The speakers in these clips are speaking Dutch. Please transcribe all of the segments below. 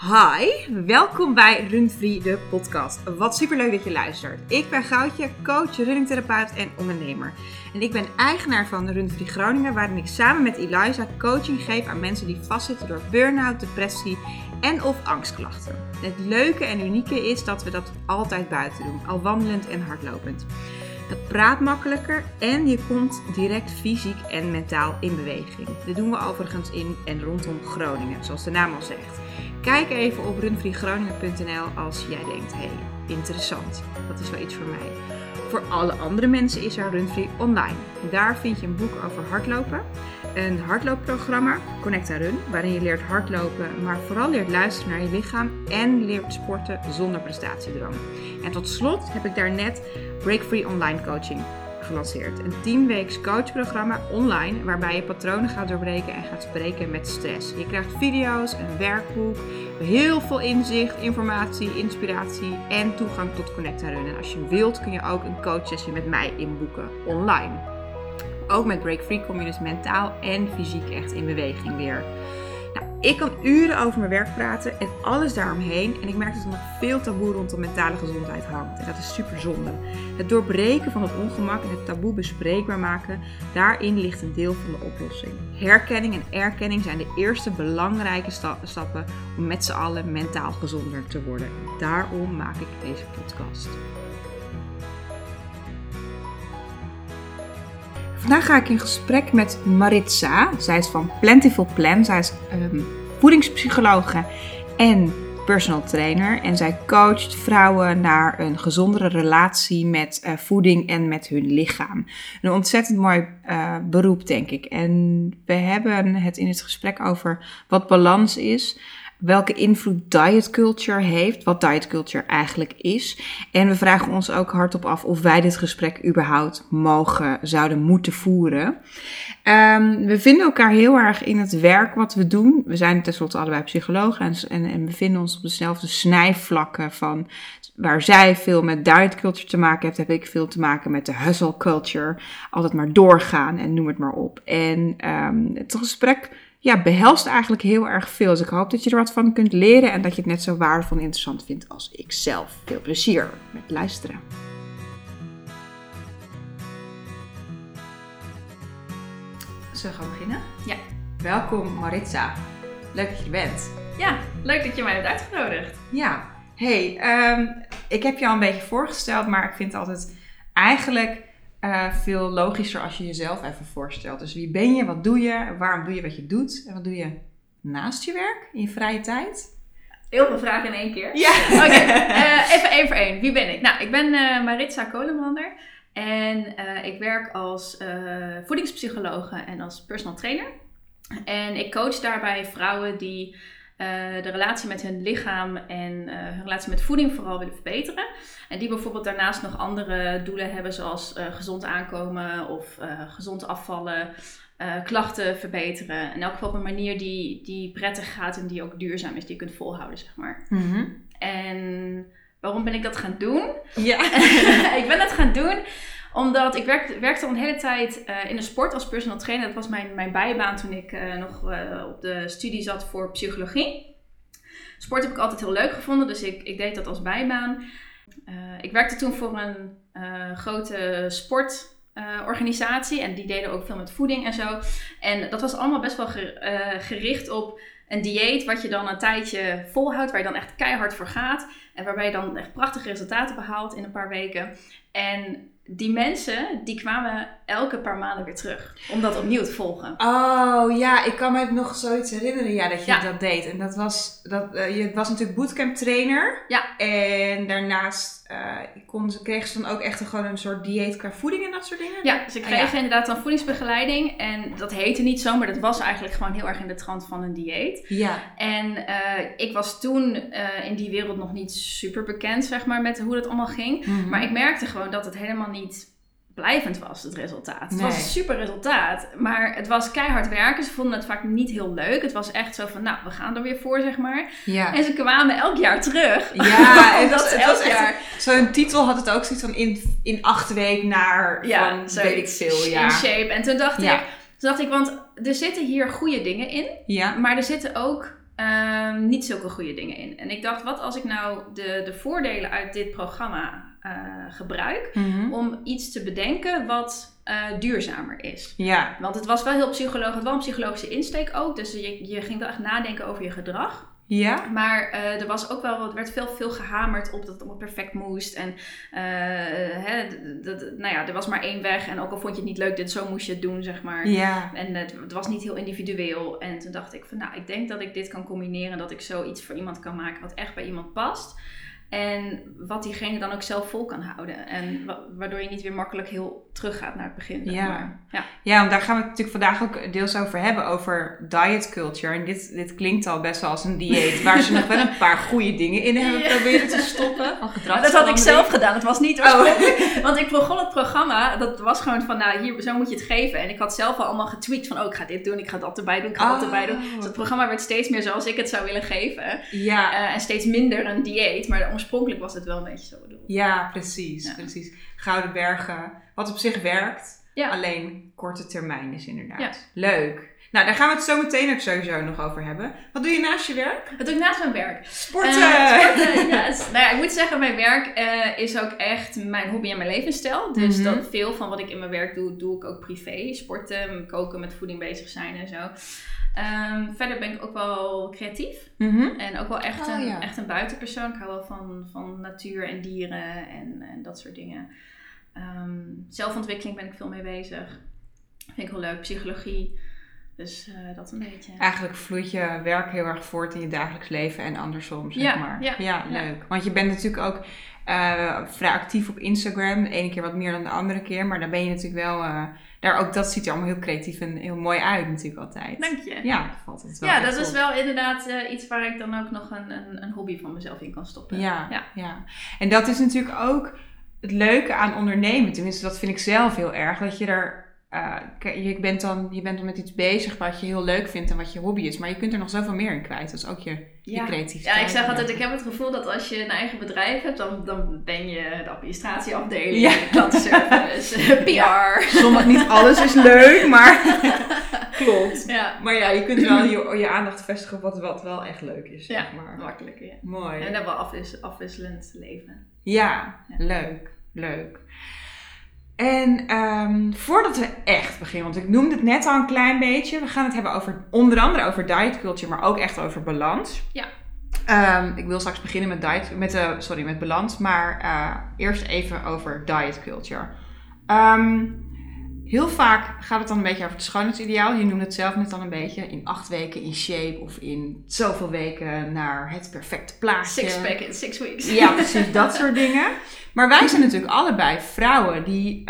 Hi, welkom bij Runfree, de podcast. Wat superleuk dat je luistert. Ik ben Goudje, coach, runningtherapeut en ondernemer. En ik ben eigenaar van Runfree Groningen, waarin ik samen met Eliza coaching geef aan mensen die vastzitten door burn-out, depressie en of angstklachten. Het leuke en unieke is dat we dat altijd buiten doen, al wandelend en hardlopend. Dat praat makkelijker en je komt direct fysiek en mentaal in beweging. Dit doen we overigens in en rondom Groningen, zoals de naam al zegt. Kijk even op runfreegroningen.nl als jij denkt, hey, interessant, dat is wel iets voor mij. Voor alle andere mensen is er Runfree online. Daar vind je een boek over hardlopen, een hardloopprogramma, Connect and Run, waarin je leert hardlopen, maar vooral leert luisteren naar je lichaam en leert sporten zonder prestatiedrang. En tot slot heb ik daar net Breakfree Online Coaching gelanceerd. Een 10-weeks coachprogramma online waarbij je patronen gaat doorbreken en gaat spreken met stress. Je krijgt video's, een werkboek, heel veel inzicht, informatie, inspiratie en toegang tot Connect and Run. En als je wilt kun je ook een coachsessie met mij inboeken online. Ook met Breakfree kom je dus mentaal en fysiek echt in beweging weer. Nou, ik kan uren over mijn werk praten en alles daaromheen. En ik merk dat er nog veel taboe rondom mentale gezondheid hangt. En dat is super zonde. Het doorbreken van het ongemak en het taboe bespreekbaar maken, daarin ligt een deel van de oplossing. Herkenning en erkenning zijn de eerste belangrijke stappen om met z'n allen mentaal gezonder te worden. Daarom maak ik deze podcast. Vandaag ga ik in gesprek met Maritza. Zij is van Plentiful Plan. Zij is voedingspsychologe en personal trainer. En zij coacht vrouwen naar een gezondere relatie met voeding en met hun lichaam. Een ontzettend mooi beroep, denk ik. En we hebben het in het gesprek over wat balans is, welke invloed diet culture heeft, wat diet culture eigenlijk is. En we vragen ons ook hardop af of wij dit gesprek überhaupt zouden moeten voeren. We vinden elkaar heel erg in het werk wat we doen. We zijn tenslotte allebei psychologen en bevinden ons op dezelfde snijvlakken van waar zij veel met diet culture te maken heeft, heb ik veel te maken met de hustle culture. Altijd maar doorgaan en noem het maar op. En het gesprek behelst eigenlijk heel erg veel. Dus ik hoop dat je er wat van kunt leren en dat je het net zo waardevol en interessant vindt als ik zelf. Veel plezier met luisteren. Zullen we gaan beginnen? Ja. Welkom Maritza. Leuk dat je er bent. Ja, leuk dat je mij hebt uitgenodigd. Ja. Hey, ik heb je al een beetje voorgesteld, maar ik vind het altijd eigenlijk veel logischer als je jezelf even voorstelt. Dus wie ben je, wat doe je, waarom doe je wat je doet en wat doe je naast je werk, in je vrije tijd? Heel veel vragen in één keer. Ja. Oké, even één voor één. Wie ben ik? Nou, ik ben Maritza Kolenbrander en ik werk als voedingspsychologe en als personal trainer. En ik coach daarbij vrouwen die de relatie met hun lichaam en hun relatie met voeding vooral willen verbeteren. En die bijvoorbeeld daarnaast nog andere doelen hebben zoals gezond aankomen of gezond afvallen, klachten verbeteren. In elk geval op een manier die prettig gaat en die ook duurzaam is, die je kunt volhouden, zeg maar. Mm-hmm. En waarom ben ik dat gaan doen? Ja. Ik ben dat gaan doen omdat ik werkte al een hele tijd in de sport als personal trainer. Dat was mijn bijbaan toen ik nog op de studie zat voor psychologie. Sport heb ik altijd heel leuk gevonden, dus ik deed dat als bijbaan. Ik werkte toen voor een grote sportorganisatie en die deden ook veel met voeding en zo. En dat was allemaal best wel gericht op een dieet wat je dan een tijdje volhoudt, waar je dan echt keihard voor gaat. En waarbij je dan echt prachtige resultaten behaalt in een paar weken. En die mensen, die kwamen elke paar maanden weer terug. Om dat opnieuw te volgen. Oh ja, ik kan me nog zoiets herinneren dat je dat deed. En dat was, je was natuurlijk bootcamp trainer. Ja. En daarnaast kregen ze dan ook echt gewoon een soort dieet qua voeding en dat soort dingen? Ja, dus ik kreeg inderdaad dan voedingsbegeleiding. En dat heette niet zo, maar dat was eigenlijk gewoon heel erg in de trant van een dieet. Ja. En ik was toen in die wereld nog niet super bekend, zeg maar, met hoe dat allemaal ging. Mm-hmm. Maar ik merkte gewoon dat het helemaal niet blijvend was, het resultaat. Het was een super resultaat, maar het was keihard werken. Ze vonden het vaak niet heel leuk. Het was echt zo van, nou, we gaan er weer voor, zeg maar. Ja. En ze kwamen elk jaar terug. Ja, en het was echt, zo'n titel had het ook zoiets van in 8 weken naar, van weet ik veel. Ja. In shape. En toen dacht ik, want er zitten hier goede dingen in, maar er zitten ook niet zulke goede dingen in. En ik dacht, wat als ik nou de voordelen uit dit programma gebruik om iets te bedenken wat duurzamer is. Ja. Want het was wel heel psychologisch, wel een psychologische insteek ook. Dus je ging wel echt nadenken over je gedrag. Ja. Maar er was ook wel, er werd veel gehamerd op dat het allemaal perfect moest. En er was maar één weg. En ook al vond je het niet leuk, zo moest je het doen, zeg maar. Ja. En het was niet heel individueel. En toen dacht ik van, ik denk dat ik dit kan combineren. Dat ik zoiets voor iemand kan maken wat echt bij iemand past. En wat diegene dan ook zelf vol kan houden. En waardoor je niet weer makkelijk heel teruggaat naar het begin. Ja. Maar, Want daar gaan we het natuurlijk vandaag ook deels over hebben. Over diet culture. En dit klinkt al best wel als een dieet. Waar ze nog wel een paar goede dingen in hebben proberen te stoppen. Dat had ik zelf gedaan. Het was niet oorspronkelijk. Want ik begon het programma. Dat was gewoon van, hier, zo moet je het geven. En ik had zelf al allemaal getweet van, ik ga dit doen. Ik ga dat erbij doen. Ik ga dat erbij doen. Dus het programma werd steeds meer zoals ik het zou willen geven. Ja. En steeds minder een dieet. Maar oorspronkelijk was het wel een beetje zo bedoeld. Ja, precies. Gouden bergen. Wat op zich werkt. Ja. Alleen korte termijn is inderdaad. Ja. Leuk. Nou, daar gaan we het zo meteen ook sowieso nog over hebben. Wat doe je naast je werk? Wat doe ik naast mijn werk? Sporten! Yes. Ik moet zeggen, mijn werk is ook echt mijn hobby en mijn levensstijl. Dus dat veel van wat ik in mijn werk doe, doe ik ook privé. Sporten, koken, met voeding bezig zijn en zo. Verder ben ik ook wel creatief. En ook wel echt een buitenpersoon. Ik hou wel van natuur en dieren en dat soort dingen. Zelfontwikkeling ben ik veel mee bezig. Vind ik heel leuk. Psychologie. Dus dat een beetje. Eigenlijk vloeit je werk heel erg voort in je dagelijks leven en andersom, zeg maar. Ja, leuk. Want je bent natuurlijk ook vrij actief op Instagram. De ene keer wat meer dan de andere keer. Maar dan ben je natuurlijk wel... dat ziet er allemaal heel creatief en heel mooi uit natuurlijk altijd. Dank je. Ja, dat valt het wel. Ja, dat is wel inderdaad iets waar ik dan ook nog een hobby van mezelf in kan stoppen. Ja. En dat is natuurlijk ook het leuke aan ondernemen. Tenminste, dat vind ik zelf heel erg. Dat je er... je bent dan met iets bezig wat je heel leuk vindt en wat je hobby is. Maar je kunt er nog zoveel meer in kwijt. Dat is ook je creativiteit. Ja, ik zeg altijd, ik heb het gevoel dat als je een eigen bedrijf hebt, dan ben je de administratieafdeling, de klantenservice, PR. Niet alles is leuk, maar klopt. Ja. Maar ja, je kunt wel je aandacht vestigen op wat wel echt leuk is. Zeg maar. Makkelijk. Ja. Mooi. En dan wel afwisselend leven. Ja. Leuk. En voordat we echt beginnen, want ik noemde het net al een klein beetje. We gaan het hebben onder andere over diet culture, maar ook echt over balans. Ja. Ik wil straks beginnen met balans, maar eerst even over diet culture. Heel vaak gaat het dan een beetje over het schoonheidsideaal. Je noemde het zelf net al een beetje. In 8 weken in shape of in zoveel weken naar het perfecte plaatje. 6-pack in 6 weeks. Ja, precies. Dat soort dingen. Maar wij zijn natuurlijk allebei vrouwen die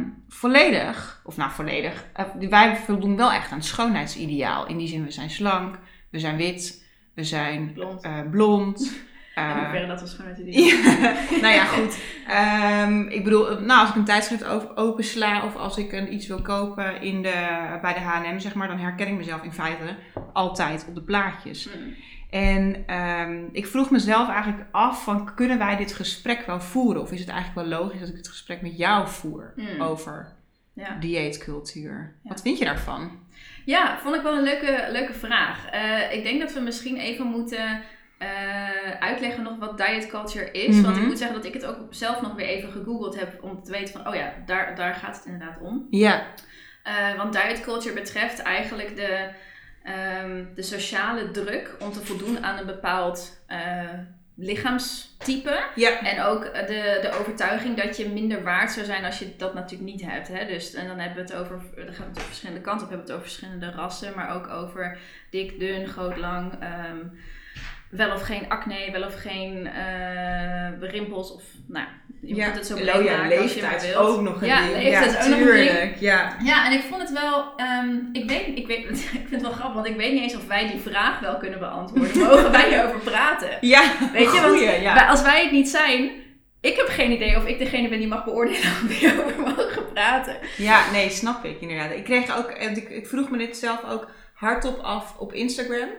wij voldoen wel echt aan het schoonheidsideaal. In die zin, we zijn slank, we zijn wit, we zijn blond. In hoeverre dat was schoonheidsideaal. Goed. Ik bedoel, als ik een tijdschrift opensla of als ik iets wil kopen bij de H&M, zeg maar, dan herken ik mezelf in feite altijd op de plaatjes. En ik vroeg mezelf eigenlijk af van, kunnen wij dit gesprek wel voeren? Of is het eigenlijk wel logisch dat ik het gesprek met jou voer over dieetcultuur? Ja. Wat vind je daarvan? Ja, vond ik wel een leuke vraag. Ik denk dat we misschien even moeten uitleggen nog wat diet culture is. Want ik moet zeggen dat ik het ook zelf nog weer even gegoogeld heb om te weten van, daar gaat het inderdaad om. Ja. Want diet culture betreft eigenlijk de sociale druk om te voldoen aan een bepaald lichaamstype. Ja. En ook de overtuiging dat je minder waard zou zijn als je dat natuurlijk niet hebt. Hè? Dus, en dan hebben we het over, dan gaan we het verschillende kanten op, hebben we het over verschillende rassen, maar ook over dik, dun, groot, lang, wel of geen acne, wel of geen rimpels of je moet het zo breed maken als je maar wilt. Ook nog een ding. Leeftijd is ook nog een ding. Ja, en ik vond het wel, ik vind het wel grappig, want ik weet niet eens of wij die vraag wel kunnen beantwoorden. Mogen wij hierover praten? Ja, weet je, want als wij het niet zijn, ik heb geen idee of ik degene ben die mag beoordelen of we hierover mogen praten. Ja, nee, snap ik inderdaad. Ik kreeg ook, ik vroeg me dit zelf ook hardop af op Instagram.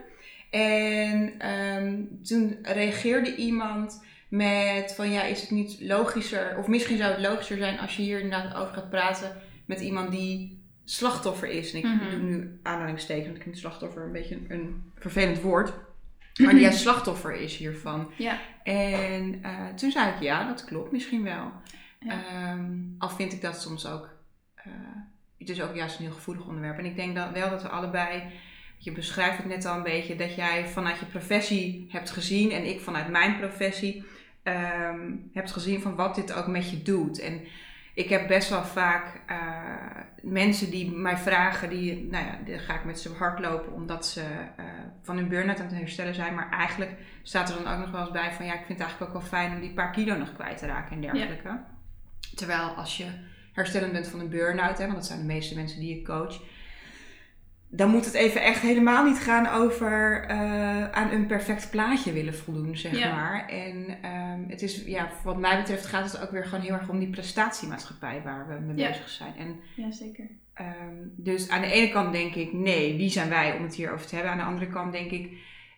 En toen reageerde iemand met van is het niet logischer, of misschien zou het logischer zijn als je hier inderdaad over gaat praten met iemand die slachtoffer is. En ik doe nu aanhalingstekens, want ik vind slachtoffer een beetje een vervelend woord. Maar die juist slachtoffer is hiervan. Ja. En toen zei ik, ja, dat klopt misschien wel. Ja. Al vind ik dat soms ook... het is ook juist een heel gevoelig onderwerp. En ik denk wel dat we allebei... Je beschrijft het net al een beetje... dat jij vanuit je professie hebt gezien... en ik vanuit mijn professie... hebt gezien van wat dit ook met je doet. En ik heb best wel vaak mensen die mij vragen... dan ga ik met ze hardlopen... omdat ze van hun burn-out aan het herstellen zijn. Maar eigenlijk staat er dan ook nog wel eens bij van... ja, ik vind het eigenlijk ook wel fijn om die paar kilo nog kwijt te raken en dergelijke. Ja. Terwijl als je herstellend bent van een burn-out... want dat zijn de meeste mensen die ik coach... dan moet het even echt helemaal niet gaan over aan een perfect plaatje willen voldoen, zeg maar. En het is, wat mij betreft gaat het ook weer gewoon heel erg om die prestatiemaatschappij waar we mee bezig zijn. En, ja, zeker. Dus aan de ene kant denk ik, nee, wie zijn wij om het hierover te hebben? Aan de andere kant denk ik,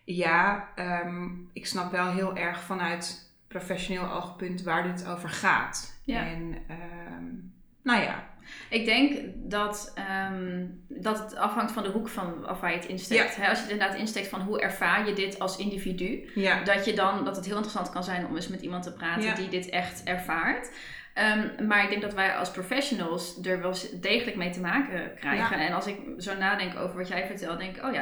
ik snap wel heel erg vanuit professioneel oogpunt waar dit over gaat. Ja. En ik denk dat het afhangt van de hoek af waar je het insteekt. Ja. Als je het inderdaad insteekt van hoe ervaar je dit als individu. Ja. Dat het heel interessant kan zijn om eens met iemand te praten die dit echt ervaart. Maar ik denk dat wij als professionals er wel degelijk mee te maken krijgen. Ja. En als ik zo nadenk over wat jij vertelt, denk ik,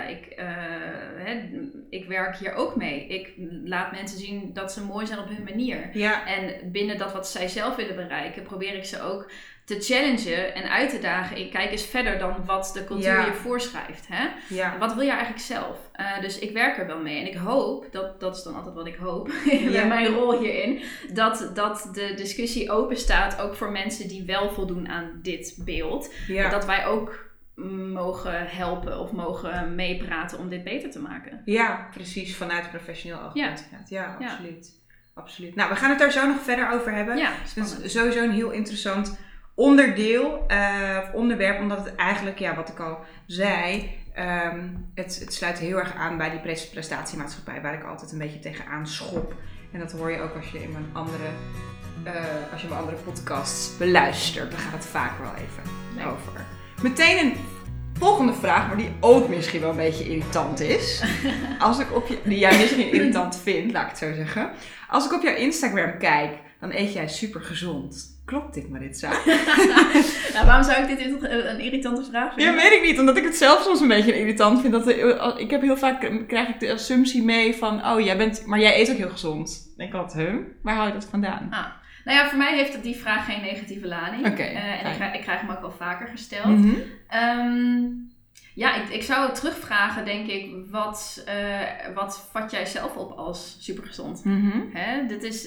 ik werk hier ook mee. Ik laat mensen zien dat ze mooi zijn op hun manier. Ja. En binnen dat wat zij zelf willen bereiken, probeer ik ze ook te challengen en uit te dagen. Kijk eens verder dan wat de cultuur je voorschrijft. Hè? Ja. Wat wil je eigenlijk zelf? Dus ik werk er wel mee. En ik hoop, dat is dan altijd wat ik hoop, met mijn rol hierin, dat de discussie open staat ook voor mensen die wel voldoen aan dit beeld. Ja. Dat wij ook mogen helpen of mogen meepraten om dit beter te maken. Ja, precies. Vanuit professioneel oogpunt. Ja, absoluut. Absoluut. Nou, we gaan het daar zo nog verder over hebben. Ja, het is sowieso een heel interessant onderwerp, omdat het eigenlijk, wat ik al zei, het sluit heel erg aan bij die prestatiemaatschappij, waar ik altijd een beetje tegenaan schop. En dat hoor je ook als je in mijn andere podcasts beluistert. Daar gaat het vaak wel even over. Meteen een volgende vraag, maar die ook misschien wel een beetje irritant is. Die jij misschien irritant vindt, laat ik het zo zeggen. Als ik op jouw Instagram kijk, dan eet jij super gezond. Klopt dit, Maritza? Nou, waarom zou ik dit een irritante vraag vinden? Ja, weet ik niet. Omdat ik het zelf soms een beetje irritant vind. Ik heb heel vaak, krijg ik de assumptie mee van, maar jij eet ook heel gezond. Dan denk ik altijd, waar haal je dat vandaan? Nou ja, voor mij heeft die vraag geen negatieve lading. En ik krijg hem ook wel vaker gesteld. Mm-hmm. Ik zou het terugvragen, denk ik, wat vat jij zelf op als supergezond? Mm-hmm. Dit is...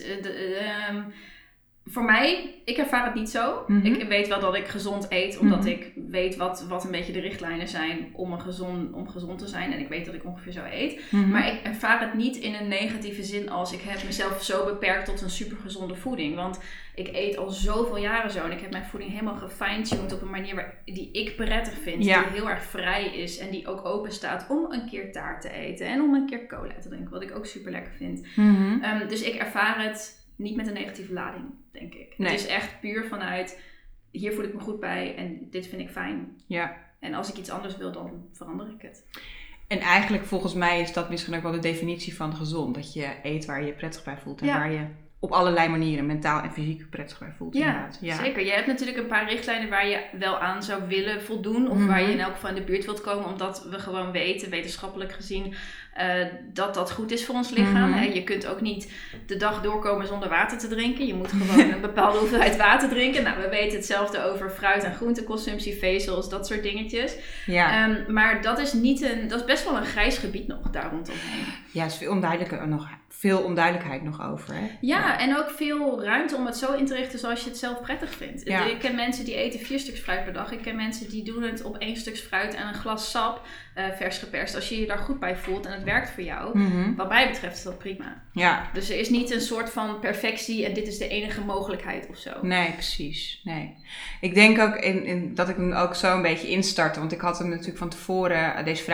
Voor mij, ik ervaar het niet zo. Mm-hmm. Ik weet wel dat ik gezond eet, omdat ik weet wat een beetje de richtlijnen zijn om gezond te zijn. En ik weet dat ik ongeveer zo eet. Mm-hmm. Maar ik ervaar het niet in een negatieve zin als ik heb mezelf zo beperkt tot een supergezonde voeding. Want ik eet al zoveel jaren zo en ik heb mijn voeding helemaal gefine-tuned op een manier die ik prettig vind. Ja. Die heel erg vrij is en die ook open staat om een keer taart te eten en om een keer cola te drinken. Wat ik ook super lekker vind. Mm-hmm. Dus ik ervaar het niet met een negatieve lading, denk ik. Nee. Het is echt puur vanuit, hier voel ik me goed bij en dit vind ik fijn. Ja. En als ik iets anders wil, dan verander ik het. En eigenlijk volgens mij is dat misschien ook wel de definitie van gezond. Dat je eet waar je je prettig bij voelt en waar je op allerlei manieren mentaal en fysiek prettig bij voelt. Ja, zeker. Je hebt natuurlijk een paar richtlijnen waar je wel aan zou willen voldoen. Of waar je in elk geval in de buurt wilt komen. Omdat we gewoon weten, wetenschappelijk gezien, dat goed is voor ons lichaam. Mm-hmm. Je kunt ook niet de dag doorkomen zonder water te drinken. Je moet gewoon een bepaalde hoeveelheid water drinken. Nou, we weten hetzelfde over fruit- en groenteconsumptie, vezels, dat soort dingetjes. Ja. Maar dat is best wel een grijs gebied nog daar rondomheen. Ja, er is veel onduidelijkheid nog over. Hè? Ja, en ook veel ruimte om het zo in te richten zoals je het zelf prettig vindt. Ja. Ik ken mensen die eten 4 stuks fruit per dag. Ik ken mensen die doen het op 1 stuk fruit en een glas sap, vers geperst. Als je je daar goed bij voelt en het werkt voor jou, wat mij betreft is dat prima. Ja. Dus er is niet een soort van perfectie en dit is de enige mogelijkheid of zo. Nee, precies. Nee. Ik denk ook dat ik hem ook zo een beetje instartte. Want ik had hem natuurlijk van tevoren deze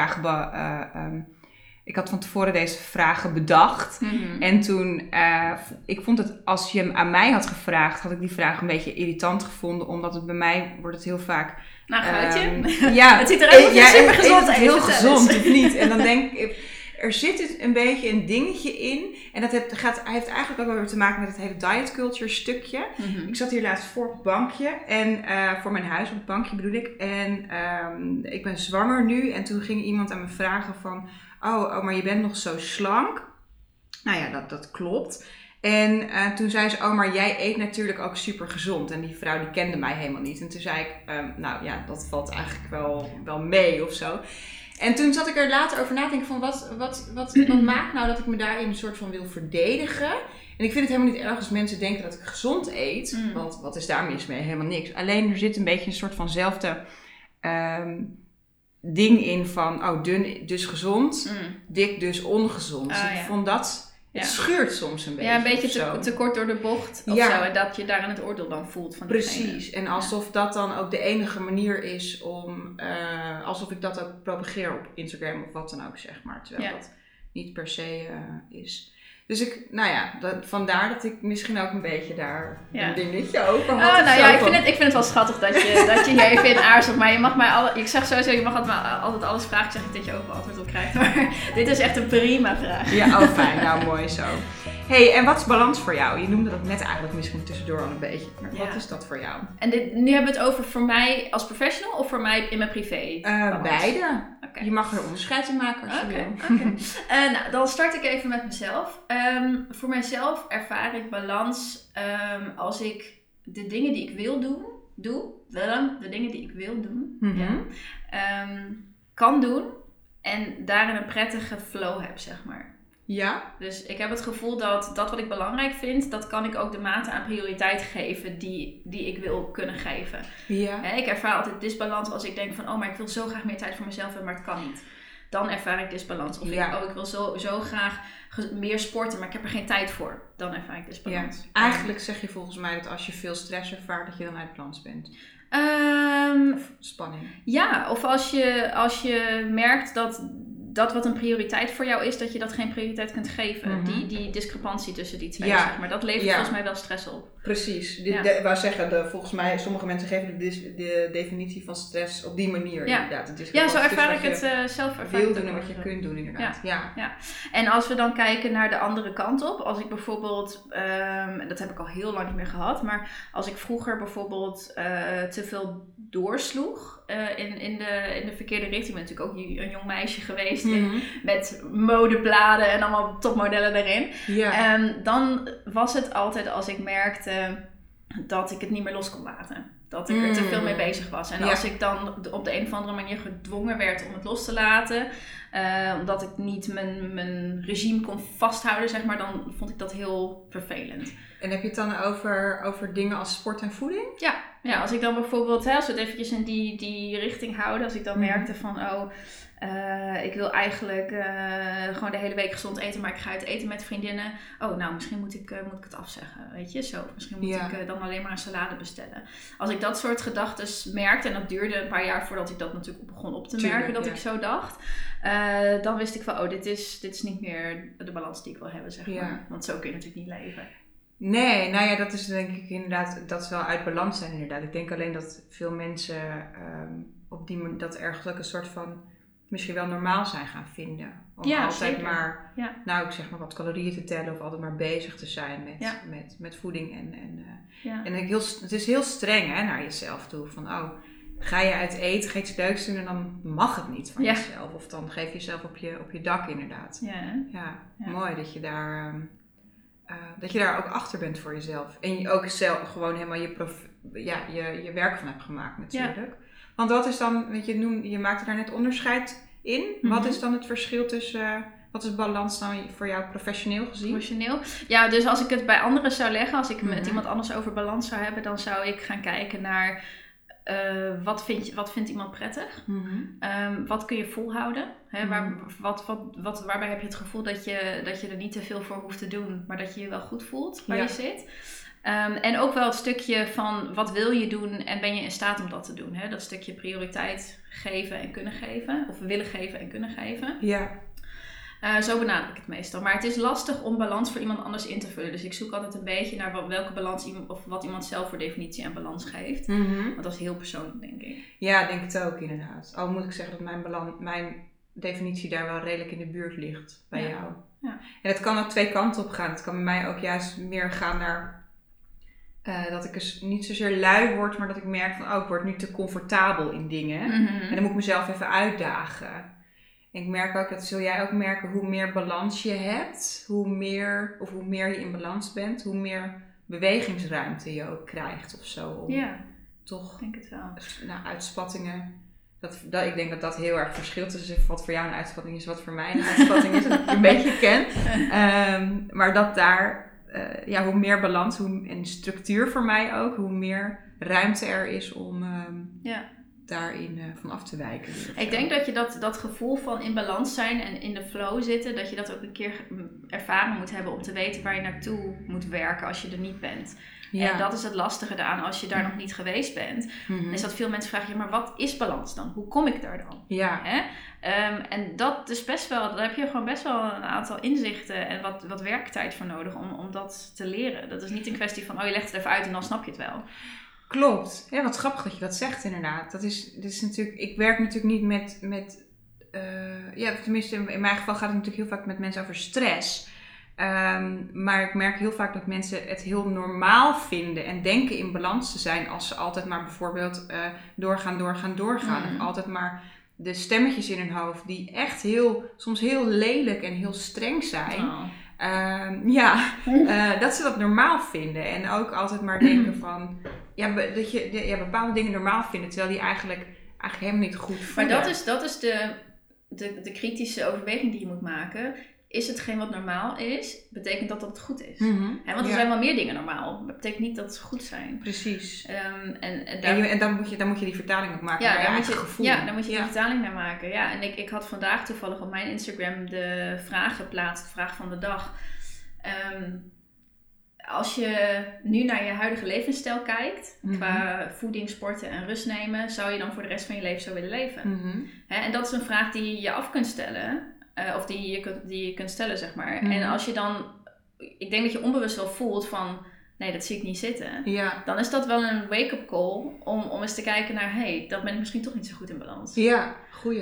vragen bedacht. Mm-hmm. En toen, ik vond het, als je hem aan mij had gevraagd, had ik die vraag een beetje irritant gevonden. Omdat het bij mij wordt het heel vaak... Nou, Guitje. Ja, het ziet eruit als je super gezond eet. Heel gezond, of niet? En dan denk ik... er zit een beetje een dingetje in. En dat heeft eigenlijk ook wel weer te maken met het hele diet culture stukje. Mm-hmm. Ik zat hier laatst voor op het bankje. En voor mijn huis op het bankje bedoel ik. En ik ben zwanger nu. En toen ging iemand aan me vragen van... Oh, maar je bent nog zo slank. Nou ja, dat klopt. En toen zei ze, maar jij eet natuurlijk ook super gezond. En die vrouw die kende mij helemaal niet. En toen zei ik, nou ja, dat valt eigenlijk wel mee of zo. En toen zat ik er later over na te denken van, wat maakt nou dat ik me daarin een soort van wil verdedigen? En ik vind het helemaal niet erg als mensen denken dat ik gezond eet. Want wat is daar mis mee? Helemaal niks. Alleen er zit een beetje een soort vanzelfde ding in van, dun dus gezond, dik dus ongezond. Dus ik vond dat... Het schuurt soms een beetje. Ja, een beetje te kort door de bocht of zo. En dat je daar aan het oordeel dan voelt van diegene. Precies. En alsof dat dan ook de enige manier is om... alsof ik dat ook propageer op Instagram of wat dan ook, zeg maar. Terwijl dat niet per se is. Dus vandaar dat ik misschien ook een beetje daar een dingetje over had. Ik vind het wel schattig dat je hier even in aarzelt. Maar je mag mij ik zeg sowieso, je mag altijd alles vragen. Ik zeg niet dat je overal antwoord op krijgt. Maar dit is echt een prima vraag. Ja, fijn. Nou, mooi zo. Hey, en wat is balans voor jou? Je noemde dat net eigenlijk misschien tussendoor al een beetje. Maar wat is dat voor jou? En nu hebben we het over voor mij als professional of voor mij in mijn privé? Beide. Okay. Je mag er onderscheid in maken als je wil. Nou, dan start ik even met mezelf. Voor mijzelf ervaar ik balans als ik de dingen die ik wil doen, de dingen die ik wil doen, kan doen en daarin een prettige flow heb, zeg maar. Ja. Dus ik heb het gevoel dat wat ik belangrijk vind, dat kan ik ook de mate aan prioriteit geven die ik wil kunnen geven. Ja. Ik ervaar altijd disbalans als ik denk van, maar ik wil zo graag meer tijd voor mezelf hebben, maar het kan niet. Dan ervaar ik disbalans. Of ik wil zo graag meer sporten, maar ik heb er geen tijd voor. Dan ervaar ik disbalans. Ja. Eigenlijk zeg je volgens mij dat als je veel stress ervaart, dat je dan uit balans bent. Of spanning. Ja, of als je merkt dat wat een prioriteit voor jou is, dat je dat geen prioriteit kunt geven. Mm-hmm. Die discrepantie tussen die twee, zeg maar. Dat levert volgens mij wel stress op. Precies. Wou zeggen, volgens mij, sommige mensen geven de definitie van stress op die manier. Inderdaad. Zo ervaar ik het zelf. Wil doen en wat je kunt doen, inderdaad. Ja. En als we dan kijken naar de andere kant op. Als ik bijvoorbeeld, dat heb ik al heel lang niet meer gehad. Maar als ik vroeger bijvoorbeeld te veel doorsloeg in de verkeerde richting. Ik ben natuurlijk ook een jong meisje geweest. Met modebladen en allemaal topmodellen erin. Ja. Dan was het altijd als ik merkte dat ik het niet meer los kon laten. Dat ik er te veel mee bezig was. En als ik dan op de een of andere manier gedwongen werd om het los te laten. Omdat ik niet mijn regime kon vasthouden, zeg maar. Dan vond ik dat heel vervelend. En heb je het dan over dingen als sport en voeding? Ja, als ik dan bijvoorbeeld, als we het eventjes in die richting houden. Als ik dan merkte van, ik wil eigenlijk gewoon de hele week gezond eten, maar ik ga uit eten met vriendinnen. Misschien moet ik het afzeggen, weet je, zo. Misschien moet ik dan alleen maar een salade bestellen. Als ik dat soort gedachten merkte, en dat duurde een paar jaar voordat ik dat natuurlijk begon op te merken, dat ik zo dacht. Dan wist ik van, dit is niet meer de balans die ik wil hebben, zeg maar. Want zo kun je natuurlijk niet leven. Nee, dat is denk ik inderdaad, dat ze wel uit balans zijn inderdaad. Ik denk alleen dat veel mensen op die manier, dat ergens ook een soort van misschien wel normaal zijn gaan vinden. Om altijd zeker. Maar, ik zeg maar wat calorieën te tellen of altijd maar bezig te zijn met voeding. En het is heel streng naar jezelf toe. Van ga je uit eten, ga je iets leuks doen en dan mag het niet van jezelf. Of dan geef je jezelf op je dak inderdaad. Ja. Mooi dat je daar... dat je daar ook achter bent voor jezelf. En je ook zelf gewoon helemaal je werk van hebt gemaakt natuurlijk. Ja. Want wat is dan, je maakte daar net onderscheid in. Mm-hmm. Wat is dan het verschil tussen, wat is balans dan voor jou professioneel gezien? Professioneel? Ja, dus als ik het bij anderen zou leggen, als ik met iemand anders over balans zou hebben, dan zou ik gaan kijken naar wat vindt iemand prettig? Mm-hmm. Wat kun je volhouden? Hè? Waarbij heb je het gevoel dat je er niet te veel voor hoeft te doen, maar dat je je wel goed voelt waar je zit? En ook wel het stukje van wat wil je doen en ben je in staat om dat te doen? Hè? Dat stukje prioriteit geven en kunnen geven, of willen geven en kunnen geven. Ja. Zo benader ik het meestal. Maar het is lastig om balans voor iemand anders in te vullen. Dus ik zoek altijd een beetje naar welke balans of wat iemand zelf voor definitie aan balans geeft. Mm-hmm. Want dat is heel persoonlijk, denk ik. Ja, denk het ook inderdaad. Al moet ik zeggen dat definitie daar wel redelijk in de buurt ligt bij jou. Ja. En het kan ook twee kanten op gaan. Het kan bij mij ook juist meer gaan naar dat ik dus niet zozeer lui word, maar dat ik merk van ik word nu te comfortabel in dingen. Mm-hmm. En dan moet ik mezelf even uitdagen. En ik merk ook, dat zul jij ook merken, hoe meer balans je hebt, hoe meer je in balans bent, hoe meer bewegingsruimte je ook krijgt of zo. Om toch, ik denk het wel. Uitspattingen. Ik denk dat heel erg verschilt tussen wat voor jou een uitspatting is, wat voor mij een uitspatting is, dat ik een beetje ken. Maar dat daar, hoe meer balans en structuur voor mij ook, hoe meer ruimte er is om daarin van af te wijken. Ik denk dat je dat gevoel van in balans zijn en in de flow zitten, dat je dat ook een keer ervaren moet hebben om te weten waar je naartoe moet werken als je er niet bent. Ja. En dat is het lastige eraan als je daar nog niet geweest bent. Mm-hmm. Is dat veel mensen vragen, maar wat is balans dan? Hoe kom ik daar dan? Ja. En dat is best wel, daar heb je gewoon best wel een aantal inzichten en wat werktijd voor nodig om dat te leren. Dat is niet een kwestie van, je legt het even uit en dan snap je het wel. Klopt. Ja, wat grappig dat je dat zegt inderdaad. Dat is natuurlijk, ik werk natuurlijk niet met tenminste in mijn geval gaat het natuurlijk heel vaak met mensen over stress. Maar ik merk heel vaak dat mensen het heel normaal vinden en denken in balans te zijn als ze altijd maar bijvoorbeeld doorgaan. Mm-hmm. Of altijd maar de stemmetjes in hun hoofd die echt soms heel lelijk en heel streng zijn. Dat ze dat normaal vinden. En ook altijd maar denken van dat je bepaalde dingen normaal vinden, terwijl die eigenlijk helemaal niet goed voelen. Maar dat is de kritische overweging die je moet maken. Is hetgeen wat normaal is, betekent dat het goed is. Mm-hmm. Want er zijn wel meer dingen normaal. Dat betekent niet dat ze goed zijn. Precies. En dan moet je die vertaling ook maken naar je eigen gevoel. Ja, dan moet je die vertaling naar maken. Ja, en ik had vandaag toevallig op mijn Instagram de vraag geplaatst. De vraag van de dag. Als je nu naar je huidige levensstijl kijkt, qua voeding, sporten en rust nemen, zou je dan voor de rest van je leven zo willen leven? Mm-hmm. En dat is een vraag die je je af kunt stellen. Of die je kunt stellen, zeg maar. Mm-hmm. En als je dan, ik denk dat je onbewust wel voelt van, nee, dat zie ik niet zitten. Ja. Dan is dat wel een wake-up call om eens te kijken naar, dan ben ik misschien toch niet zo goed in balans. Ja, goeie.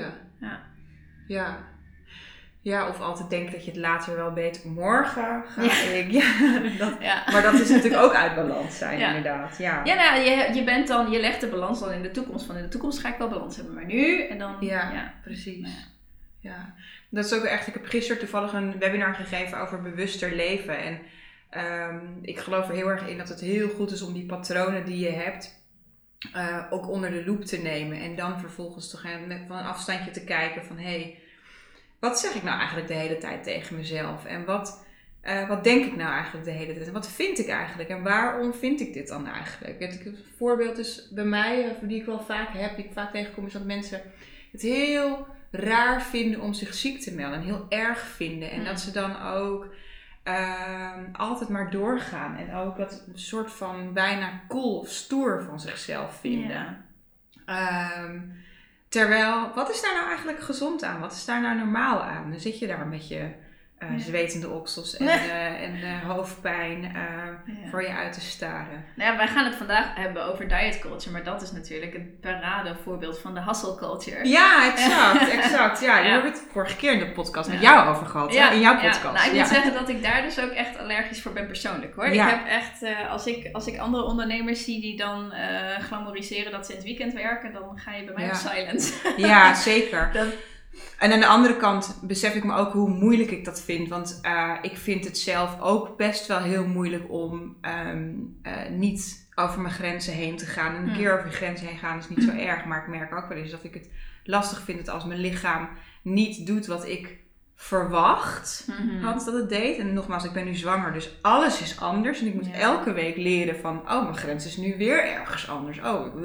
Ja, of altijd denken dat je het later wel beter morgen ga ik. Maar dat is natuurlijk ook uit balans zijn, inderdaad. Ja, je legt de balans dan in de toekomst. Van in de toekomst ga ik wel balans hebben, maar nu en dan... Ja, precies. Ja. Dat is ook echt, ik heb gisteren toevallig een webinar gegeven over bewuster leven. En ik geloof er heel erg in dat het heel goed is om die patronen die je hebt ook onder de loep te nemen. En dan vervolgens te gaan met van een afstandje te kijken van wat zeg ik nou eigenlijk de hele tijd tegen mezelf? En wat denk ik nou eigenlijk de hele tijd? En wat vind ik eigenlijk? En waarom vind ik dit dan eigenlijk? Het voorbeeld is bij mij, die ik wel vaak heb, die ik vaak tegenkom, is dat mensen het heel raar vinden om zich ziek te melden. En heel erg vinden. En dat ze dan ook altijd maar doorgaan. En ook dat een soort van bijna cool of stoer van zichzelf vinden. Ja. Terwijl, wat is daar nou eigenlijk gezond aan? Wat is daar nou normaal aan? Dan zit je daar met je zwetende oksels en hoofdpijn voor je uit te staren. Nou ja, wij gaan het vandaag hebben over diet culture, maar dat is natuurlijk een paradevoorbeeld van de hustle culture. Ja, exact. Ja, daar hebben we het vorige keer in de podcast met jou over gehad. Ja. In jouw podcast. Ja. Nou, ik moet zeggen dat ik daar dus ook echt allergisch voor ben persoonlijk, hoor. Ja. Ik heb echt, als ik andere ondernemers zie die dan glamoriseren dat ze in het weekend werken, dan ga je bij mij op silence. Ja, zeker. En aan de andere kant besef ik me ook hoe moeilijk ik dat vind. Want ik vind het zelf ook best wel heel moeilijk om niet over mijn grenzen heen te gaan. En een keer over je grenzen heen gaan is niet zo erg. Maar ik merk ook wel eens dat ik het lastig vind dat als mijn lichaam niet doet wat ik verwacht had dat het deed. En nogmaals, ik ben nu zwanger, dus alles is anders. En ik moet elke week leren van, mijn grens is nu weer ergens anders.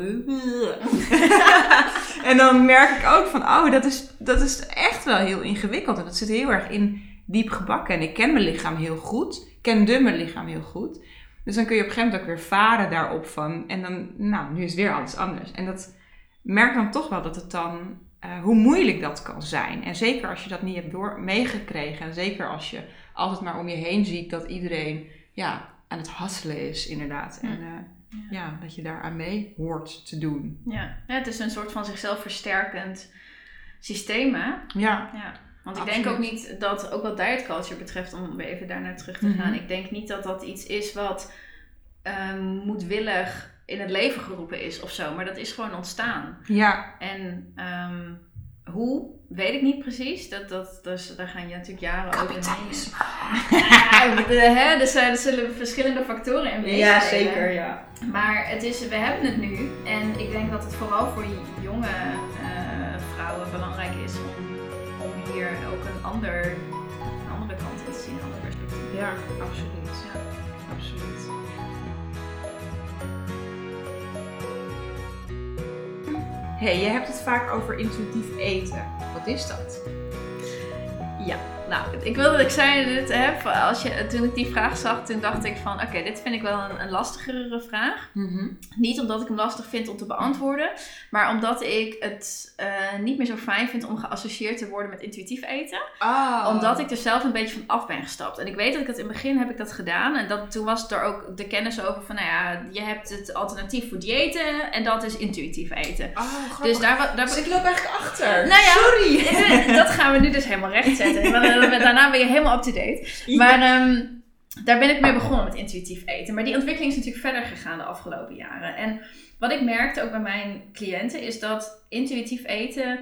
En dan merk ik ook van, dat is echt wel heel ingewikkeld. En dat zit heel erg diep gebakken. En ik ken mijn lichaam heel goed. Ik ken mijn lichaam heel goed. Dus dan kun je op een gegeven moment ook weer varen daarop van. En dan, nu is weer alles anders. En dat merk dan toch wel dat het dan, hoe moeilijk dat kan zijn. En zeker als je dat niet hebt meegekregen. En zeker als je altijd maar om je heen ziet dat iedereen aan het hasselen is, inderdaad. En dat je daar aan mee hoort te doen. Ja, het is een soort van zichzelf versterkend systemen. Ja. Want ik Absoluut. denk ook niet dat, ook wat diet culture betreft, om weer even daarnaar terug te gaan. Ik denk niet dat dat iets is wat moedwillig in het leven geroepen is of zo. Maar dat is gewoon ontstaan. Ja. En hoe, weet ik niet precies. Dus, daar gaan je natuurlijk jaren over heen. Er zullen verschillende factoren in meespelen. Ja, zeker. Ja. Maar we hebben het nu. En ik denk dat het vooral voor jonge vrouwen belangrijk is om hier ook een andere kant in te zien, een ander perspectief. Ja, absoluut. Ja. Absoluut. Hey, je hebt het vaak over intuïtief eten. Wat is dat? Ja, nou, ik zei dit, toen ik die vraag zag, toen dacht ik van, oké, dit vind ik wel een lastigere vraag. Niet omdat ik hem lastig vind om te beantwoorden, maar omdat ik het niet meer zo fijn vind om geassocieerd te worden met intuïtief eten. Oh. Omdat ik er zelf een beetje van af ben gestapt. En ik weet dat ik het in het begin heb ik dat gedaan. En toen was er ook de kennis over van, je hebt het alternatief voor diëten en dat is intuïtief eten. Oh, grappig. Dus Dus ik loop eigenlijk achter. Nou ja, sorry. Dat gaan we nu dus helemaal rechtzetten. Daarna ben je helemaal up-to-date. Ja. Maar daar ben ik mee begonnen met intuïtief eten. Maar die ontwikkeling is natuurlijk verder gegaan de afgelopen jaren. En wat ik merkte ook bij mijn cliënten is dat intuïtief eten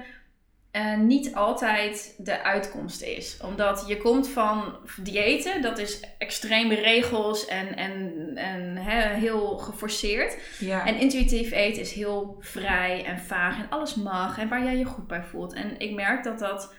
niet altijd de uitkomst is. Omdat je komt van diëten, dat is extreme regels en heel geforceerd. Ja. En intuïtief eten is heel vrij en vaag en alles mag en waar jij je goed bij voelt. En ik merk dat dat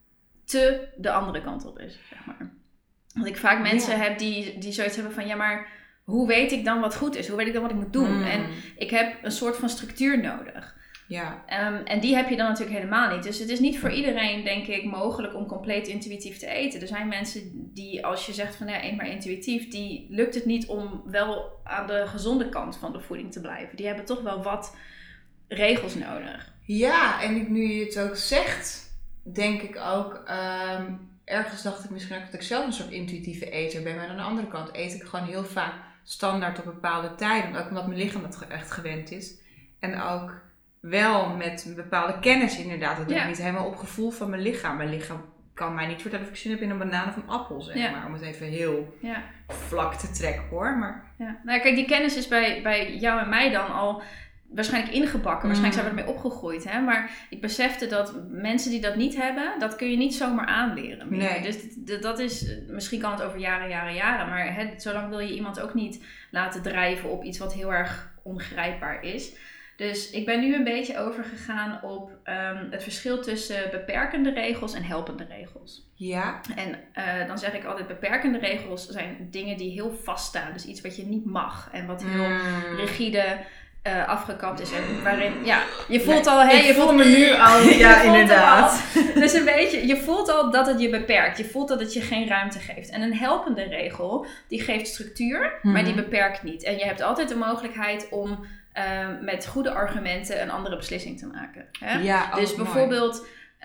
te de andere kant op is, zeg maar. Dat ik vaak mensen heb die zoiets hebben van, ja, maar hoe weet ik dan wat goed is? Hoe weet ik dan wat ik moet doen? En ik heb een soort van structuur nodig. Ja. En die heb je dan natuurlijk helemaal niet. Dus het is niet voor iedereen, denk ik, mogelijk om compleet intuïtief te eten. Er zijn mensen die, als je zegt van eet maar intuïtief, die lukt het niet om wel aan de gezonde kant van de voeding te blijven. Die hebben toch wel wat regels nodig. Ja, en nu je het ook zegt, denk ik ook, ergens dacht ik misschien ook dat ik zelf een soort intuïtieve eter ben. Maar aan de andere kant eet ik gewoon heel vaak standaard op bepaalde tijden. Ook omdat mijn lichaam dat echt gewend is. En ook wel met een bepaalde kennis inderdaad. Dat doe ik niet helemaal op gevoel van mijn lichaam. Mijn lichaam kan mij niet vertellen of ik zin heb in een banaan of een appel, zeg maar. Om het even heel vlak te trekken, hoor. Maar nou, kijk, die kennis is bij jou en mij dan al waarschijnlijk ingebakken. Waarschijnlijk zijn we ermee opgegroeid. Hè? Maar ik besefte dat mensen die dat niet hebben, dat kun je niet zomaar aanleren meer. Nee. Dus dat is, misschien kan het over jaren. Maar zolang wil je iemand ook niet laten drijven op iets wat heel erg ongrijpbaar is. Dus ik ben nu een beetje overgegaan op het verschil tussen beperkende regels en helpende regels. ja. En dan zeg ik altijd, beperkende regels zijn dingen die heel vaststaan. Dus iets wat je niet mag en wat heel rigide afgekapt is. En waarin, je voelt al... Ik voel me nu al, ja, inderdaad. Dus een beetje, je voelt al dat het je beperkt. Je voelt dat het je geen ruimte geeft. En een helpende regel, die geeft structuur, maar die beperkt niet. En je hebt altijd de mogelijkheid om met goede argumenten een andere beslissing te maken. Hè? Ja, dus bijvoorbeeld,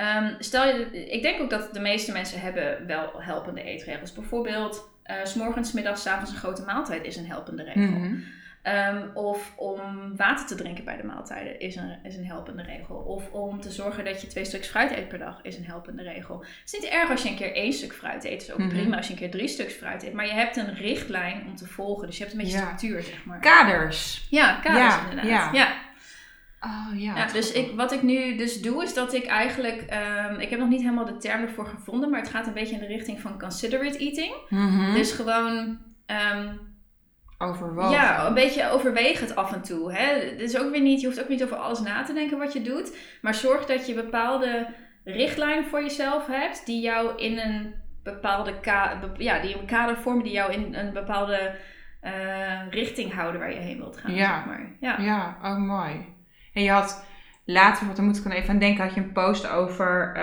ik denk ook dat de meeste mensen hebben wel helpende eetregels. Bijvoorbeeld, 's morgens, 's middags, 's avonds een grote maaltijd is een helpende regel. Of om water te drinken bij de maaltijden is een helpende regel. Of om te zorgen dat je 2 stuks fruit eet per dag is een helpende regel. Het is niet erg als je een keer 1 stuk fruit eet. Het is ook prima als je een keer 3 stuks fruit eet. Maar je hebt een richtlijn om te volgen. Dus je hebt een beetje structuur, zeg maar. Kaders. Ja, kaders inderdaad. Ja. Oh ja. Dus wat ik nu dus doe, is dat ik eigenlijk... ik heb nog niet helemaal de term ervoor gevonden. Maar het gaat een beetje in de richting van considerate eating. Dus gewoon... overwogen. Ja, een beetje overweeg het af en toe. Hè? Dus ook weer niet, je hoeft ook niet over alles na te denken wat je doet. Maar zorg dat je bepaalde richtlijnen voor jezelf hebt. Die jou in een bepaalde die een kader vormen. Die jou in een bepaalde richting houden waar je heen wilt gaan. Ja, zeg maar. Ja, oh mooi. En je had later, want daar moet ik dan even aan denken, had je een post over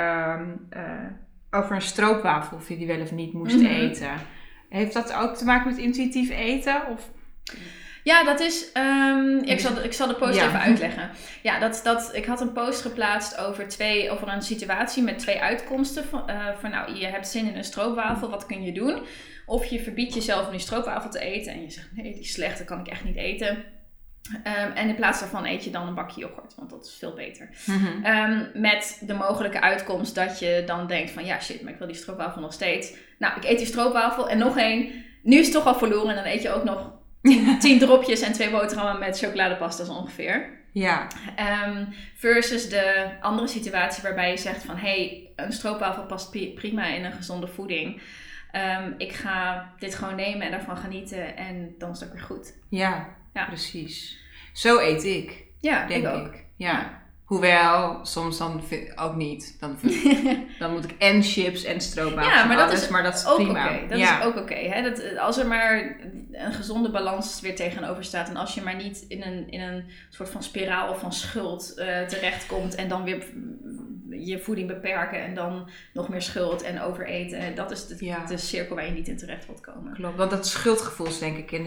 een stroopwafel. Of je die wel of niet moest eten. Heeft dat ook te maken met intuïtief eten? Of? Ja, dat is... ik zal de post even uitleggen. Ja, ik had een post geplaatst over een situatie met 2 uitkomsten. Je hebt zin in een stroopwafel, wat kun je doen? Of je verbiedt jezelf om die stroopwafel te eten en je zegt, nee, die is slecht, dat kan ik echt niet eten. En in plaats daarvan eet je dan een bakje yoghurt, want dat is veel beter. Mhm. Met de mogelijke uitkomst dat je dan denkt van ja shit, maar ik wil die stroopwafel nog steeds. Nou, ik eet die stroopwafel en nog één. Nu is het toch al verloren en dan eet je ook nog 10 dropjes en 2 boterhammen met chocoladepastas ongeveer. Ja. Versus de andere situatie waarbij je zegt van een stroopwafel past prima in een gezonde voeding. Ik ga dit gewoon nemen en daarvan genieten en dan is het ook weer goed. Ja, Ja. precies. Zo eet ik, Ja, denk ik ook. ik. Ja. Hoewel, soms dan ook niet. Dan moet ik en chips en stroopwafel Ja, maar dat alles, is maar dat is ook prima. oké. Dat is ook oké. Hè? Als er maar een gezonde balans weer tegenover staat en als je maar niet in een soort van spiraal van schuld terechtkomt en dan weer je voeding beperken en dan nog meer schuld en overeten. Dat is de cirkel waar je niet in terecht wilt komen. Klopt, want dat schuldgevoel is denk ik een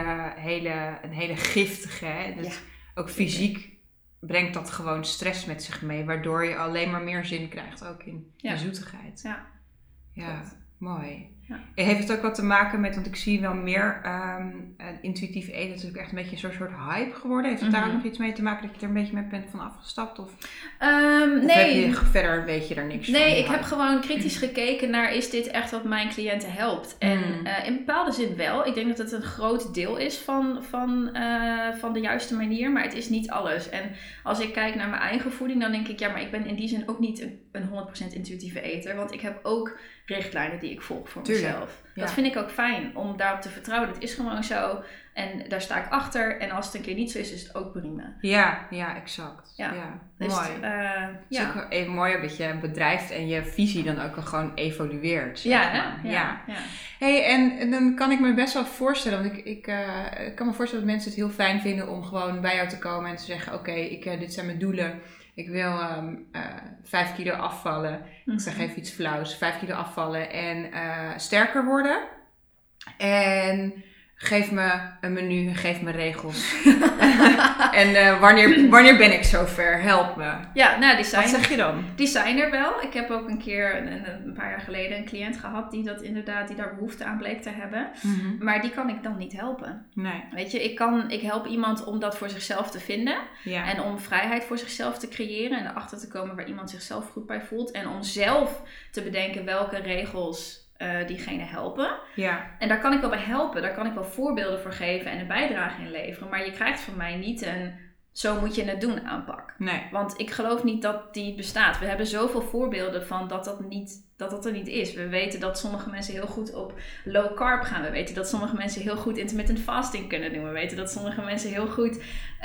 hele giftige. Hè? Ook fysiek brengt dat gewoon stress met zich mee, waardoor je alleen maar meer zin krijgt, ook in de zoetigheid. Ja, mooi. Ja. Heeft het ook wat te maken met, want ik zie wel meer intuïtief eten, dat is ook echt een beetje een soort hype geworden. Heeft het daar ook nog iets mee te maken dat je er een beetje mee bent van afgestapt? Of Nee. Heb je verder weet je er niks van? Nee, ik heb gewoon kritisch gekeken naar is dit echt wat mijn cliënten helpt. En in bepaalde zin wel. Ik denk dat het een groot deel is van de juiste manier, maar het is niet alles. En als ik kijk naar mijn eigen voeding, dan denk ik, ja, maar ik ben in die zin ook niet een 100% intuïtieve eter. Want ik heb ook richtlijnen die ik volg voor mezelf. Ja. Dat vind ik ook fijn om daarop te vertrouwen. Dat is gewoon zo. En daar sta ik achter. En als het een keer niet zo is, is het ook prima. Ja, exact. Ja. Dus, mooi. Het is ook even mooi dat je bedrijft en je visie dan ook gewoon evolueert. Zeg maar. Ja. Hey, en dan kan ik me best wel voorstellen, want ik kan me voorstellen dat mensen het heel fijn vinden om gewoon bij jou te komen en te zeggen, oké, dit zijn mijn doelen. Ik wil 5 kilo afvallen. Ik zeg even iets flauws. 5 kilo afvallen en sterker worden. En geef me een menu, geef me regels. En wanneer ben ik zover? Help me. Ja, nou, wat zeg je dan? Die zijn er wel. Ik heb ook een keer, een paar jaar geleden, een cliënt gehad die daar behoefte aan bleek te hebben. Mm-hmm. Maar die kan ik dan niet helpen. Nee. Weet je, ik help iemand om dat voor zichzelf te vinden. Ja. En om vrijheid voor zichzelf te creëren. En erachter te komen waar iemand zichzelf goed bij voelt. En om zelf te bedenken welke regels diegene helpen. Ja. En daar kan ik wel bij helpen. Daar kan ik wel voorbeelden voor geven en een bijdrage in leveren. Maar je krijgt van mij niet een zo moet je het doen aanpak. Nee. Want ik geloof niet dat die bestaat. We hebben zoveel voorbeelden van dat er niet is. We weten dat sommige mensen heel goed op low carb gaan. We weten dat sommige mensen heel goed intermittent fasting kunnen doen. We weten dat sommige mensen heel goed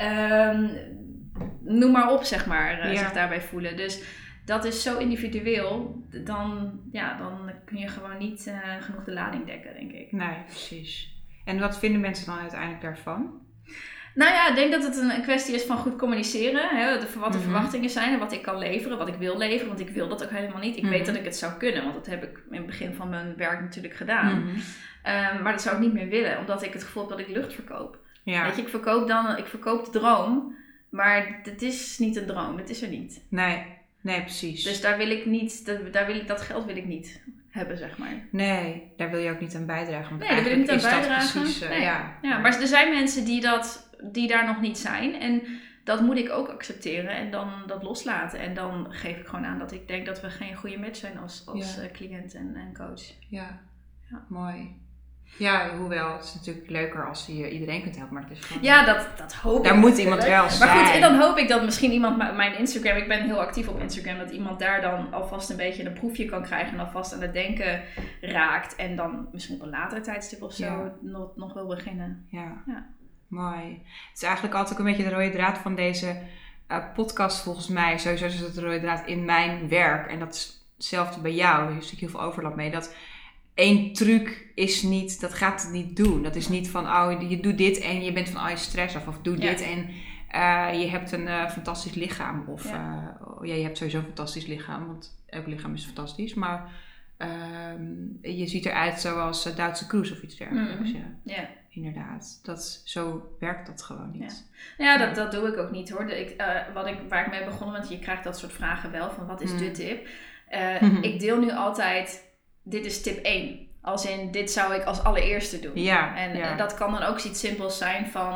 noem maar op, zeg maar, zich daarbij voelen. Dus dat is zo individueel. Dan kun je gewoon niet genoeg de lading dekken, denk ik. Nee, precies. En wat vinden mensen dan uiteindelijk daarvan? Nou ja, ik denk dat het een kwestie is van goed communiceren. Hè, wat de verwachtingen zijn en wat ik kan leveren, wat ik wil leveren. Want ik wil dat ook helemaal niet. Ik weet dat ik het zou kunnen, want dat heb ik in het begin van mijn werk natuurlijk gedaan. Maar dat zou ik niet meer willen, omdat ik het gevoel heb dat ik lucht verkoop. Ja. Weet je, ik verkoop de droom, maar het is niet een droom. Het is er niet. Nee, precies. Dus dat geld wil ik niet hebben, zeg maar. Nee, daar wil je ook niet aan bijdragen. Want daar wil ik niet aan bijdragen. Precies, maar er zijn mensen die daar nog niet zijn. En dat moet ik ook accepteren en dan dat loslaten. En dan geef ik gewoon aan dat ik denk dat we geen goede match zijn als cliënt en coach. Ja, mooi. Ja, hoewel, het is natuurlijk leuker als je iedereen kunt helpen, maar het is gewoon... Ja, dat hoop ik. Daar moet iemand wel zijn. Maar goed, en dan hoop ik dat misschien iemand mijn Instagram... Ik ben heel actief op Instagram, dat iemand daar dan alvast een beetje een proefje kan krijgen en alvast aan het denken raakt. En dan misschien op een later tijdstip of zo nog wil beginnen. Ja, mooi. Het is eigenlijk altijd ook een beetje de rode draad van deze podcast volgens mij. Sowieso is het de rode draad in mijn werk. En dat is hetzelfde bij jou. Er is natuurlijk heel veel overlap mee. Dat... Eén truc is niet, dat gaat het niet doen. Dat is niet van, je doet dit en je bent van je stress af. Of doe dit en je hebt een fantastisch lichaam. Of je hebt sowieso een fantastisch lichaam, want elk lichaam is fantastisch. Maar je ziet eruit zoals Duitse Kroes of iets dergelijks. Inderdaad. Zo werkt dat gewoon niet. Ja, dat doe ik ook niet hoor. Waar ik mee begonnen, want je krijgt dat soort vragen wel. Van wat is de tip? Ik deel nu altijd... Dit is tip 1. Als in, dit zou ik als allereerste doen. En dat kan dan ook iets simpels zijn van...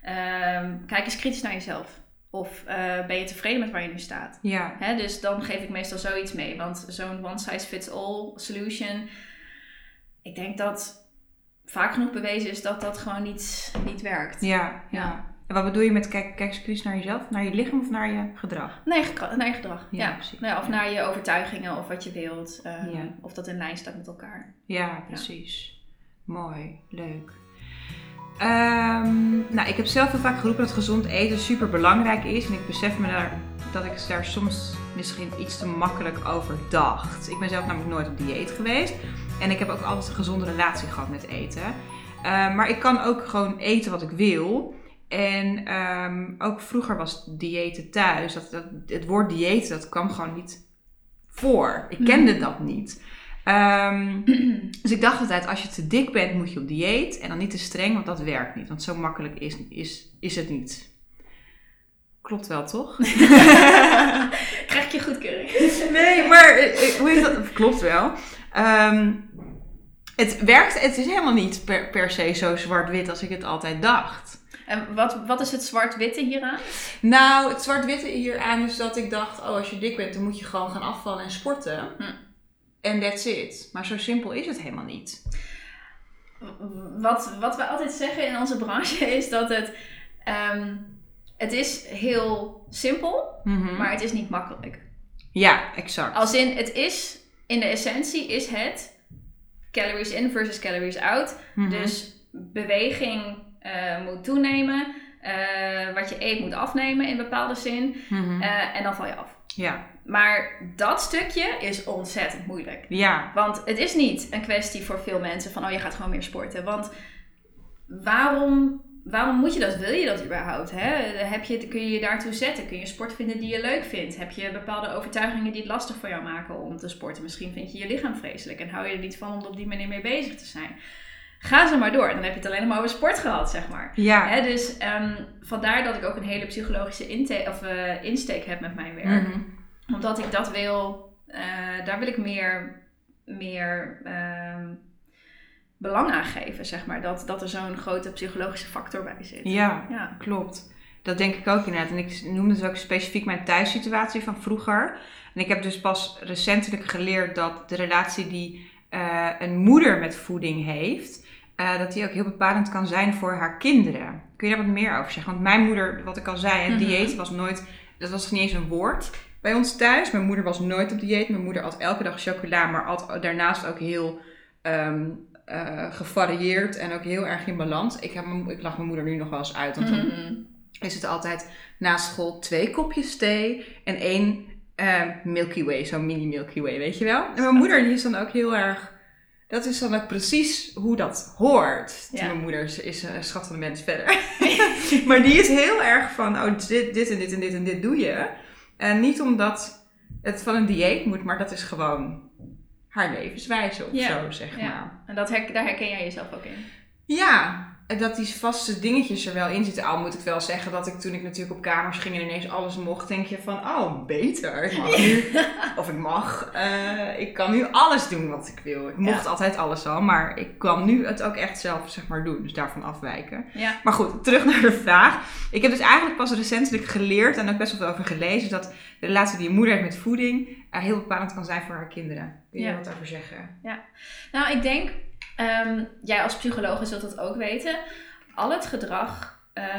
Kijk eens kritisch naar jezelf. Of ben je tevreden met waar je nu staat? Ja. Hè, dus dan geef ik meestal zoiets mee. Want zo'n one size fits all solution, ik denk dat vaak genoeg bewezen is dat dat gewoon niet werkt. Ja. En wat bedoel je met kijk eens kritisch naar jezelf? Naar je lichaam of naar je gedrag? Naar je gedrag. Ja, precies. Nou ja, of naar je overtuigingen of wat je wilt. Of dat in lijn staat met elkaar. Ja, precies. Ja. Mooi, leuk. Nou, ik heb zelf heel vaak geroepen dat gezond eten super belangrijk is. En ik besef me dat ik daar soms misschien iets te makkelijk over dacht. Ik ben zelf namelijk nooit op dieet geweest. En ik heb ook altijd een gezonde relatie gehad met eten. Maar ik kan ook gewoon eten wat ik wil. En ook vroeger was diëten thuis. Het woord dieet, dat kwam gewoon niet voor. Ik kende dat niet. Dus ik dacht altijd, als je te dik bent, moet je op dieet. En dan niet te streng, want dat werkt niet. Want zo makkelijk is het niet. Klopt wel, toch? Krijg je goedkeuring? Nee, maar hoe heet dat? Klopt wel. Het werkt, het is helemaal niet per se zo zwart-wit als ik het altijd dacht. En wat is het zwart-witte hieraan? Nou, het zwart-witte hieraan is dat ik dacht, als je dik bent, dan moet je gewoon gaan afvallen en sporten. En that's it. Maar zo simpel is het helemaal niet. Wat we altijd zeggen in onze branche is dat het is heel simpel, maar het is niet makkelijk. Ja, exact. Als in, het is, in de essentie is het calories in versus calories out. Dus beweging moet toenemen. Wat je eet moet afnemen in bepaalde zin. En dan val je af. Ja. Maar dat stukje is ontzettend moeilijk. Ja. Want het is niet een kwestie voor veel mensen van, je gaat gewoon meer sporten. Want waarom moet je dat? Wil je dat überhaupt? Hè? Kun je je daartoe zetten? Kun je sport vinden die je leuk vindt? Heb je bepaalde overtuigingen die het lastig voor jou maken om te sporten? Misschien vind je je lichaam vreselijk en hou je er niet van om er op die manier mee bezig te zijn. Ga zo maar door. Dan heb je het alleen maar over sport gehad, zeg maar. Ja. Dus vandaar dat ik ook een hele psychologische insteek heb met mijn werk. Omdat ik dat wil... daar wil ik meer belang aan geven, zeg maar. Dat er zo'n grote psychologische factor bij zit. Ja, klopt. Dat denk ik ook inderdaad. En ik noemde dus ook specifiek mijn thuissituatie van vroeger. En ik heb dus pas recentelijk geleerd dat de relatie die een moeder met voeding heeft, dat die ook heel bepalend kan zijn voor haar kinderen. Kun je daar wat meer over zeggen? Want mijn moeder, wat ik al zei, het dieet was nooit, dat was niet eens een woord bij ons thuis. Mijn moeder was nooit op dieet. Mijn moeder at elke dag chocola, maar at daarnaast ook heel gevarieerd en ook heel erg in balans. Ik lach mijn moeder nu nog wel eens uit, want dan is het altijd na school 2 kopjes thee en 1 Milky Way, zo'n mini Milky Way, weet je wel? En mijn moeder die is dan ook heel erg, dat is dan ook precies hoe dat hoort. Ja. Mijn moeder is een schat van de mens verder. Maar die is heel erg van, dit en dit en dit en dit doe je. En niet omdat het van een dieet moet, maar dat is gewoon haar levenswijze of zo, zeg maar. En daar herken jij jezelf ook in? Ja, dat die vaste dingetjes er wel in zitten. Al moet ik wel zeggen dat toen ik natuurlijk op kamers ging en ineens alles mocht, denk je van, beter. Ik mag nu, of ik kan nu alles doen wat ik wil. Ik mocht altijd alles al, maar ik kan nu het ook echt zelf, zeg maar, doen. Dus daarvan afwijken. Ja. Maar goed, terug naar de vraag. Ik heb dus eigenlijk pas recentelijk geleerd en ook best wel veel over gelezen dat de relatie die je moeder heeft met voeding heel bepalend kan zijn voor haar kinderen. Kun je er wat over zeggen? Ja, nou ik denk, jij als psycholoog zult dat ook weten. Al het gedrag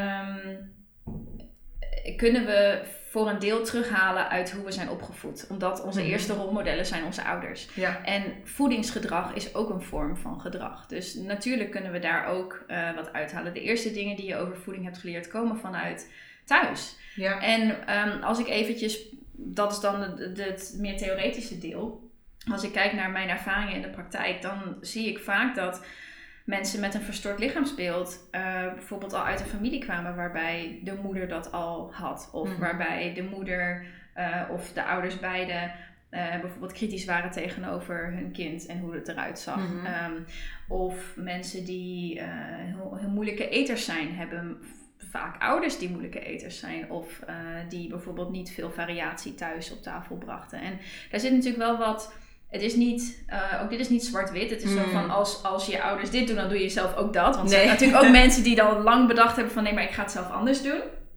kunnen we voor een deel terughalen uit hoe we zijn opgevoed. Omdat onze eerste rolmodellen zijn onze ouders. Ja. En voedingsgedrag is ook een vorm van gedrag. Dus natuurlijk kunnen we daar ook wat uithalen. De eerste dingen die je over voeding hebt geleerd komen vanuit thuis. Ja. En als ik eventjes, dat is dan het meer theoretische deel. Als ik kijk naar mijn ervaringen in de praktijk, dan zie ik vaak dat mensen met een verstoord lichaamsbeeld bijvoorbeeld al uit een familie kwamen waarbij de moeder dat al had. Of waarbij de moeder of de ouders beide bijvoorbeeld kritisch waren tegenover hun kind en hoe het eruit zag. Of mensen die heel moeilijke eters zijn, hebben vaak ouders die moeilijke eters zijn. Of die bijvoorbeeld niet veel variatie thuis op tafel brachten. En daar zit natuurlijk wel wat ook dit is niet zwart-wit. Het is zo van, als je ouders dit doen, dan doe je zelf ook dat. Want er Nee. zijn natuurlijk ook mensen die dan lang bedacht hebben van, nee, maar ik ga het zelf anders doen.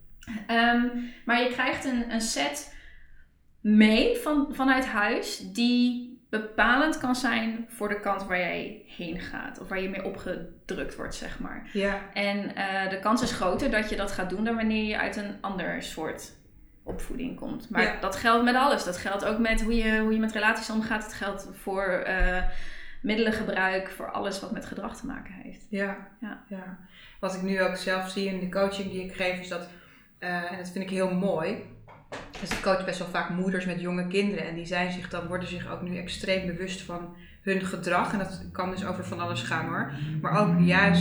Maar je krijgt een set mee vanuit huis die bepalend kan zijn voor de kant waar jij heen gaat. Of waar je mee opgedrukt wordt, zeg maar. Ja. En de kans is groter dat je dat gaat doen dan wanneer je uit een ander soort opvoeding komt. Maar dat geldt met alles. Dat geldt ook met hoe je met relaties omgaat. Het geldt voor middelengebruik, voor alles wat met gedrag te maken heeft. Ja. Wat ik nu ook zelf zie in de coaching die ik geef is dat, en dat vind ik heel mooi, dus ik coach best wel vaak moeders met jonge kinderen en die worden zich ook nu extreem bewust van hun gedrag. En dat kan dus over van alles gaan hoor. Maar ook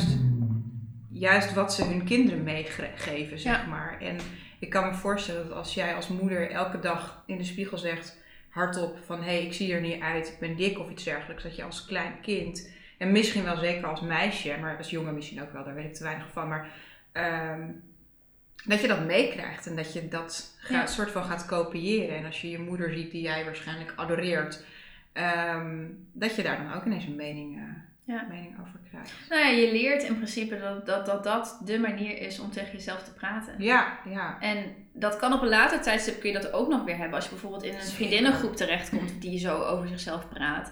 juist wat ze hun kinderen meegeven, zeg maar. En ik kan me voorstellen dat als jij als moeder elke dag in de spiegel zegt hardop van hé, ik zie er niet uit, ik ben dik of iets dergelijks. Dat je als klein kind, en misschien wel zeker als meisje, maar als jongen misschien ook wel, daar weet ik te weinig van. Maar dat je dat meekrijgt en dat je dat soort van gaat kopiëren. En als je je moeder ziet die jij waarschijnlijk adoreert, dat je daar dan ook ineens een mening over krijgt. Nou ja, je leert in principe dat de manier is om tegen jezelf te praten. Ja. En dat kan op een later tijdstip, kun je dat ook nog weer hebben. Als je bijvoorbeeld in een vriendinnengroep terechtkomt die zo over zichzelf praat.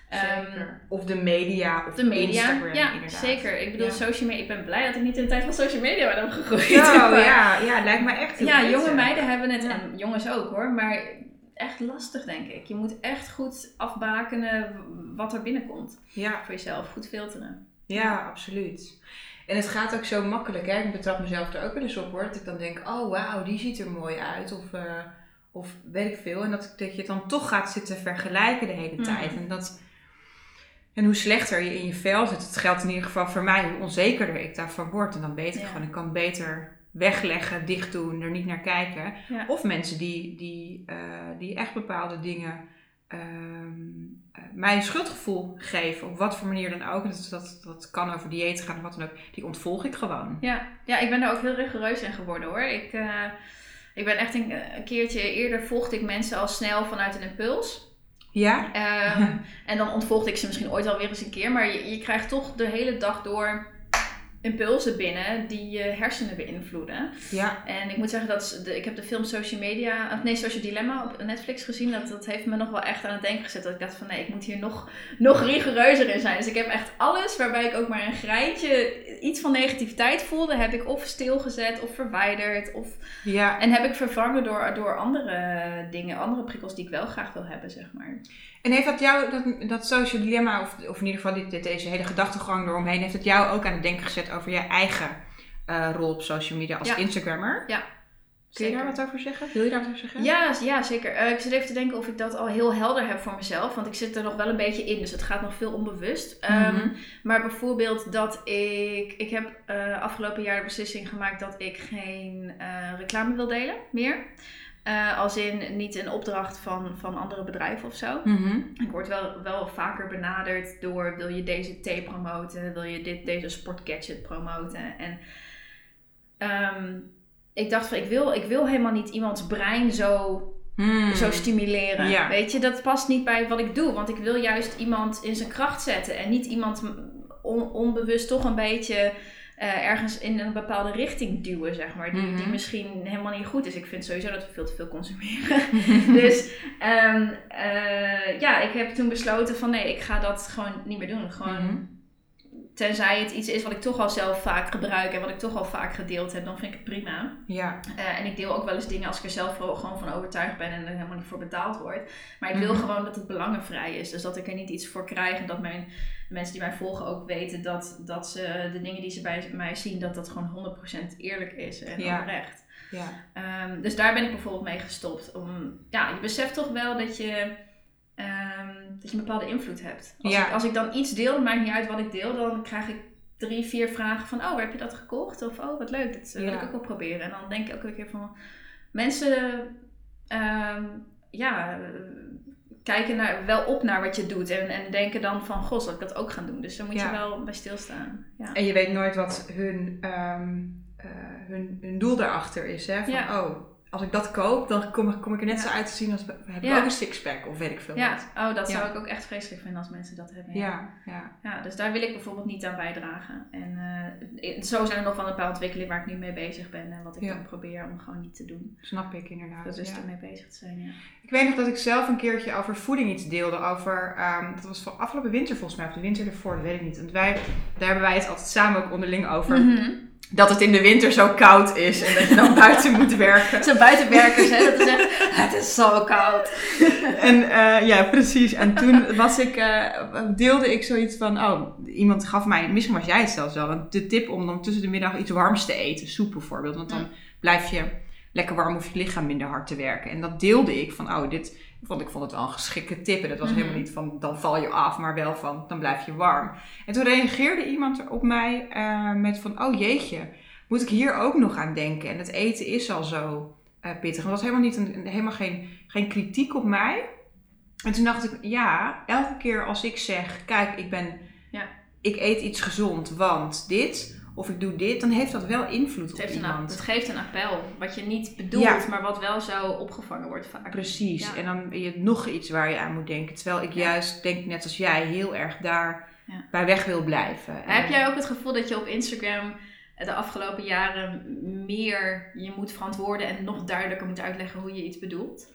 Of de media, of Instagram, inderdaad. Zeker. Ik bedoel, social media. Ik ben blij dat ik niet in de tijd van social media ben opgegroeid. Ja, lijkt me echt heel goed. Jonge meiden hebben het, en jongens ook hoor, maar echt lastig denk ik. Je moet echt goed afbakenen wat er binnenkomt. Ja. Voor jezelf, goed filteren. Ja, absoluut. En het gaat ook zo makkelijk, hè. Ik betrap mezelf er ook wel eens op hoor. Dat ik dan denk, oh wauw, die ziet er mooi uit. Of weet ik veel. En dat je het dan toch gaat zitten vergelijken de hele tijd. En hoe slechter je in je vel zit, het geldt in ieder geval voor mij, hoe onzekerder ik daarvan word. En dan weet ik gewoon, ik kan beter wegleggen, dicht doen, er niet naar kijken. Ja. Of mensen die echt bepaalde dingen mij een schuldgevoel geven, op wat voor manier dan ook. Dat kan over dieet gaan of wat dan ook. Die ontvolg ik gewoon. Ja, ik ben daar ook heel rigoureus in geworden hoor. Ik ben echt een keertje eerder volgde ik mensen al snel vanuit een impuls. Ja. En dan ontvolgde ik ze misschien ooit alweer eens een keer. Maar je krijgt toch de hele dag door impulsen binnen die je hersenen beïnvloeden. Ja. En ik moet zeggen ik heb de film Social Dilemma op Netflix gezien. Dat heeft me nog wel echt aan het denken gezet. Dat ik dacht van nee, ik moet hier nog rigoureuzer in zijn. Dus ik heb echt alles waarbij ik ook maar een greintje, iets van negativiteit voelde, heb ik of stilgezet of verwijderd. En heb ik vervangen door andere dingen, andere prikkels die ik wel graag wil hebben, zeg maar. En heeft dat jou, dat Social Dilemma, of in ieder geval deze hele gedachtegang eromheen, heeft het jou ook aan het denken gezet over je eigen rol op social media als Instagrammer? Ja. Kun je daar wat over zeggen? Wil je daar wat over zeggen? Ja, zeker. Ik zit even te denken of ik dat al heel helder heb voor mezelf. Want ik zit er nog wel een beetje in. Dus het gaat nog veel onbewust. Maar bijvoorbeeld dat ik heb afgelopen jaar de beslissing gemaakt dat ik geen reclame wil delen meer. Als in niet een opdracht van andere bedrijven of zo. Ik word wel vaker benaderd door, wil je deze thee promoten? Wil je deze sportgadget promoten? En ik dacht van, ik wil helemaal niet iemands brein zo stimuleren. Ja. Weet je, dat past niet bij wat ik doe. Want ik wil juist iemand in zijn kracht zetten. En niet iemand onbewust toch een beetje ergens in een bepaalde richting duwen, zeg maar. Die misschien helemaal niet goed is. Ik vind sowieso dat we veel te veel consumeren. Dus ik heb toen besloten van nee, ik ga dat gewoon niet meer doen. Gewoon tenzij het iets is wat ik toch al zelf vaak gebruik en wat ik toch al vaak gedeeld heb, dan vind ik het prima. Ja. En ik deel ook wel eens dingen als ik er zelf gewoon van overtuigd ben en er helemaal niet voor betaald wordt. Maar ik wil gewoon dat het belangenvrij is. Dus dat ik er niet iets voor krijg en dat de mensen die mij volgen ook weten dat ze de dingen die ze bij mij zien, dat gewoon 100% eerlijk is en oprecht. Ja. Dus daar ben ik bijvoorbeeld mee gestopt. Je beseft toch wel dat je een bepaalde invloed hebt. Als ik dan iets deel, maakt niet uit wat ik deel, dan krijg ik 3-4 vragen van, waar heb je dat gekocht? Of, wat leuk, dat wil ik ook wel proberen. En dan denk ik elke keer van, mensen kijken wel op naar wat je doet en denken dan van, goh, zal ik dat ook gaan doen? Dus daar moet je wel bij stilstaan. Ja. En je weet nooit wat hun doel daarachter is, hè? Van, als ik dat koop, dan kom ik er net zo uit te zien als heb ik ook een sixpack of weet ik veel wat. Dat zou ik ook echt vreselijk vinden als mensen dat hebben. Ja, dus daar wil ik bijvoorbeeld niet aan bijdragen. En zo zijn er nog wel een paar ontwikkelingen waar ik nu mee bezig ben en wat ik dan probeer om gewoon niet te doen. Snap ik inderdaad. Bewust ermee bezig te zijn, Ik weet nog dat ik zelf een keertje over voeding iets deelde. Dat was van afgelopen winter volgens mij, of de winter ervoor, dat weet ik niet. Want daar hebben wij het altijd samen ook onderling over. Mm-hmm. Dat het in de winter zo koud is en dat je dan buiten moet werken. Zo buitenwerkers, hè? Dat is echt, het is zo koud. En precies. En toen deelde ik zoiets van, iemand gaf mij, misschien was jij het zelfs wel, de tip om dan tussen de middag iets warms te eten. Soep bijvoorbeeld. Want dan blijf je lekker warm, hoeft je lichaam minder hard te werken. En dat deelde ik van, ik vond het wel een geschikte tip. En dat was helemaal niet van, dan val je af, maar wel van, dan blijf je warm. En toen reageerde iemand er op mij met van, oh jeetje, moet ik hier ook nog aan denken? En het eten is al zo pittig. En dat was helemaal geen kritiek op mij. En toen dacht ik, elke keer als ik zeg, kijk, ik eet iets gezond, want dit, of ik doe dit, dan heeft dat wel invloed op iemand. Het geeft een appel, wat je niet bedoelt, maar wat wel zo opgevangen wordt vaak. Precies, en dan heb je nog iets waar je aan moet denken. Terwijl ik juist denk, net als jij, heel erg daar bij weg wil blijven. Heb jij ook het gevoel dat je op Instagram de afgelopen jaren meer je moet verantwoorden en nog duidelijker moet uitleggen hoe je iets bedoelt?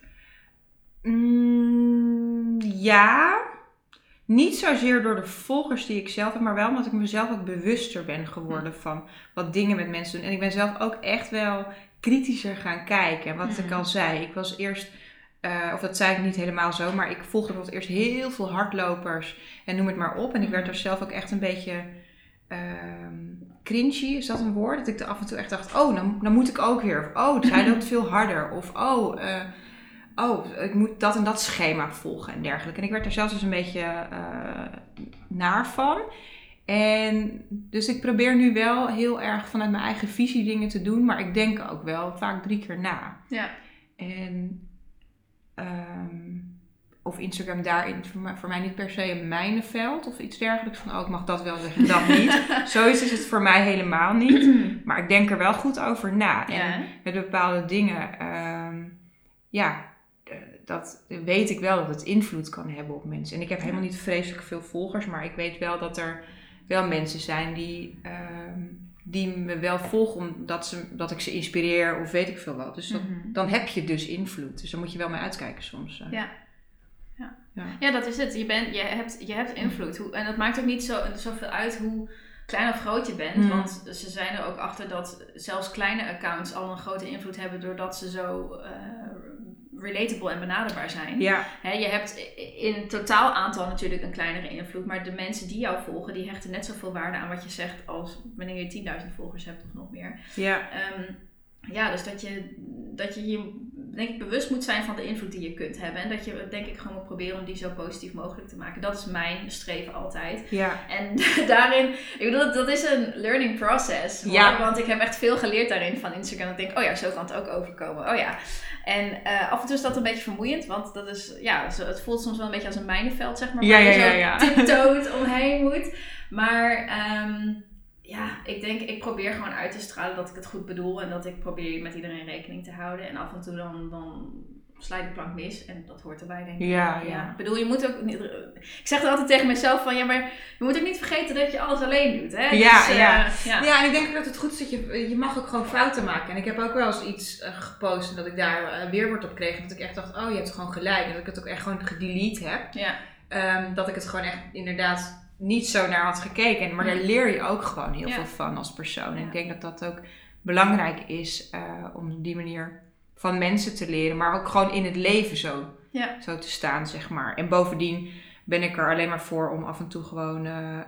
Ja. Niet zozeer door de volgers die ik zelf heb, maar wel omdat ik mezelf ook bewuster ben geworden van wat dingen met mensen doen. En ik ben zelf ook echt wel kritischer gaan kijken. Wat ik al zei, ik was eerst, of dat zei ik niet helemaal zo, maar ik volgde bijvoorbeeld eerst heel veel hardlopers en noem het maar op. En ik werd er zelf ook echt een beetje cringy, is dat een woord? Dat ik er af en toe echt dacht, dan moet ik ook weer. Of, zij loopt veel harder. Of, ik moet dat en dat schema volgen en dergelijke. En ik werd er zelfs dus een beetje naar van. En dus ik probeer nu wel heel erg vanuit mijn eigen visie dingen te doen. Maar ik denk ook wel vaak 3 keer na. Ja. En of Instagram daarin voor mij niet per se een mijnenveld of iets dergelijks. Van ik mag dat wel zeggen, dat niet. Zoiets is het voor mij helemaal niet. Maar ik denk er wel goed over na. En met bepaalde dingen, dat weet ik wel dat het invloed kan hebben op mensen. En ik heb helemaal niet vreselijk veel volgers, maar ik weet wel dat er wel mensen zijn die me wel volgen omdat ik ze inspireer of weet ik veel wat. Dus dan heb je dus invloed. Dus daar moet je wel mee uitkijken soms. Ja, dat is het. Je hebt invloed. En dat maakt ook niet zoveel uit hoe klein of groot je bent. Want ze zijn er ook achter dat zelfs kleine accounts al een grote invloed hebben doordat ze zo relatable en benaderbaar zijn. Ja. Je hebt in totaal aantal natuurlijk een kleinere invloed, maar de mensen die jou volgen, die hechten net zoveel waarde aan wat je zegt als wanneer je 10.000 volgers hebt of nog meer. Ja. Dus dat je denk ik bewust moet zijn van de invloed die je kunt hebben. En dat je denk ik gewoon moet proberen om die zo positief mogelijk te maken. Dat is mijn streven altijd. Ja. En daarin, ik bedoel, dat is een learning process. Ja. Want ik heb echt veel geleerd daarin van Instagram. Ik denk, zo kan het ook overkomen. En af en toe is dat een beetje vermoeiend. Want dat is, het voelt soms wel een beetje als een mijnenveld, zeg maar. Waar je zo tiptoed omheen moet. Maar ik denk, ik probeer gewoon uit te stralen dat ik het goed bedoel. En dat ik probeer met iedereen rekening te houden. En af en toe dan sla je de plank mis. En dat hoort erbij, denk ik. Ja. Ik bedoel, je moet ook niet. Ik zeg er altijd tegen mezelf van, maar je moet ook niet vergeten dat je alles alleen doet. Hè? En ik denk dat het goed is dat je mag ook gewoon fouten maken. En ik heb ook wel eens iets gepost en dat ik daar weerwoord op kreeg. En dat ik echt dacht, je hebt gewoon gelijk. En dat ik het ook echt gewoon gedelete heb. Ja. Dat ik het gewoon echt inderdaad niet zo naar had gekeken. Maar daar leer je ook gewoon heel veel van als persoon. En ik denk dat dat ook belangrijk is om op die manier van mensen te leren. Maar ook gewoon in het leven zo te staan, zeg maar. En bovendien ben ik er alleen maar voor om af en toe gewoon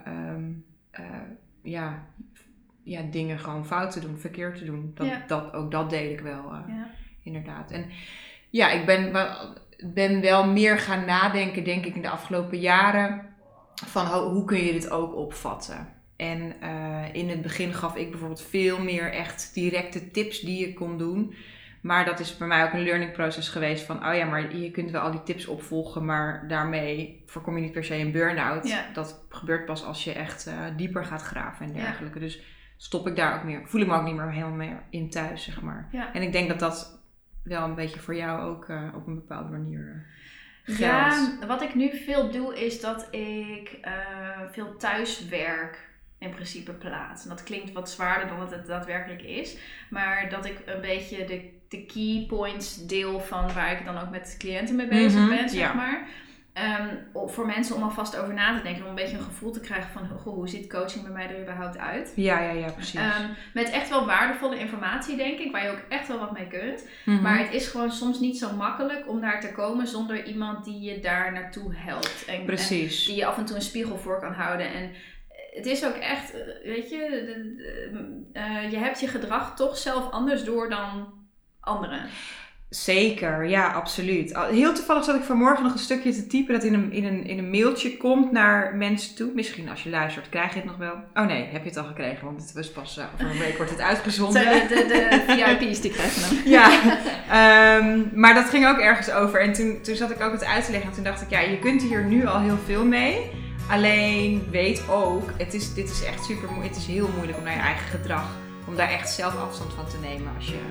dingen gewoon fout te doen, verkeerd te doen. Dat deel ik wel, inderdaad. En ik ben wel meer gaan nadenken, denk ik, in de afgelopen jaren van hoe kun je dit ook opvatten. En in het begin gaf ik bijvoorbeeld veel meer echt directe tips die je kon doen. Maar dat is bij mij ook een learning process geweest van, maar je kunt wel al die tips opvolgen, maar daarmee voorkom je niet per se een burn-out. Ja. Dat gebeurt pas als je echt dieper gaat graven en dergelijke. Ja. Dus stop ik daar ook meer, voel ik me ook niet meer helemaal meer in thuis, zeg maar. Ja. En ik denk dat wel een beetje voor jou ook op een bepaalde manier geldt. Ja, wat ik nu veel doe is dat ik veel thuiswerk in principe plaats. En dat klinkt wat zwaarder dan het daadwerkelijk is. Maar dat ik een beetje de key points deel van waar ik dan ook met cliënten mee bezig ben, zeg maar. Voor mensen om alvast over na te denken. Om een beetje een gevoel te krijgen van hoe ziet coaching bij mij er überhaupt uit. Ja, precies. Met echt wel waardevolle informatie, denk ik. Waar je ook echt wel wat mee kunt. Maar het is gewoon soms niet zo makkelijk om daar te komen zonder iemand die je daar naartoe helpt. En die je af en toe een spiegel voor kan houden. En het is ook echt, weet je, je hebt je gedrag toch zelf anders door dan anderen. Zeker, ja, absoluut. Heel toevallig zat ik vanmorgen nog een stukje te typen dat in een mailtje komt naar mensen toe. Misschien als je luistert, krijg je het nog wel. Oh nee, heb je het al gekregen, want het was pas over een week wordt het uitgezonden. De VIP's die krijgen hem. Ja, maar dat ging ook ergens over. En toen zat ik ook het uit te leggen en toen dacht ik, ja, je kunt hier nu al heel veel mee. Alleen weet ook, dit is echt super moeilijk. Het is heel moeilijk om naar je eigen gedrag, om daar echt zelf afstand van te nemen als je...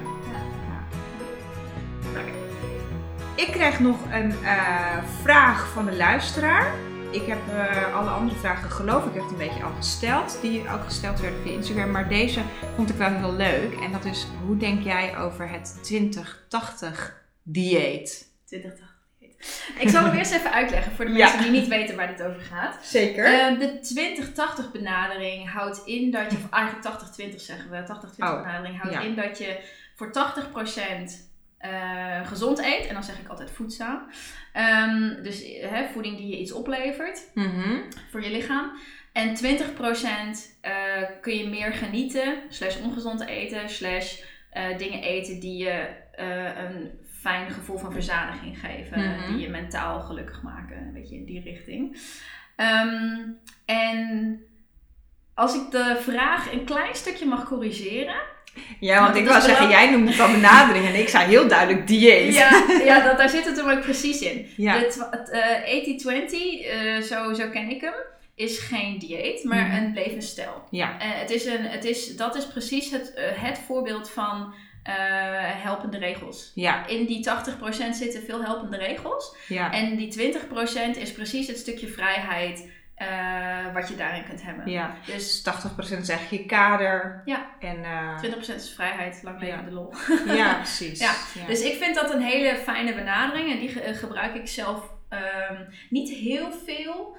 Ik krijg nog een vraag van de luisteraar. Ik heb alle andere vragen geloof ik echt een beetje al gesteld. Die ook gesteld werden via Instagram. Maar deze vond ik wel heel leuk. En dat is, hoe denk jij over het 2080 dieet? 2080 dieet. Ik zal hem eerst even uitleggen voor de mensen die niet weten waar dit over gaat. Zeker. De 2080 benadering houdt in dat je, of eigenlijk 80-20 zeggen we. 80-20 benadering houdt in dat je voor 80% gezond eet. En dan zeg ik altijd voedzaam. Dus voeding die je iets oplevert voor je lichaam. En 20% kun je meer genieten, /ongezond eten, dingen eten die je een fijn gevoel van verzadiging geven. Die je mentaal gelukkig maken. Een beetje in die richting. En als ik de vraag een klein stukje mag corrigeren. Ja, want ik wou zeggen, jij noemt het dan benadering en ik zei heel duidelijk dieet. Ja, daar zit het hem ook precies in. Ja. Het 80-20, zo ken ik hem, is geen dieet, maar een levensstijl. Ja. Dat is precies het voorbeeld van helpende regels. Ja. In die 80% zitten veel helpende regels. Ja. En die 20% is precies het stukje vrijheid wat je daarin kunt hebben. Ja, dus 80% is eigenlijk je kader. Ja, en 20% is vrijheid, lang leven de lol. Ja, precies. Ja. Dus ik vind dat een hele fijne benadering. En die gebruik ik zelf niet heel veel.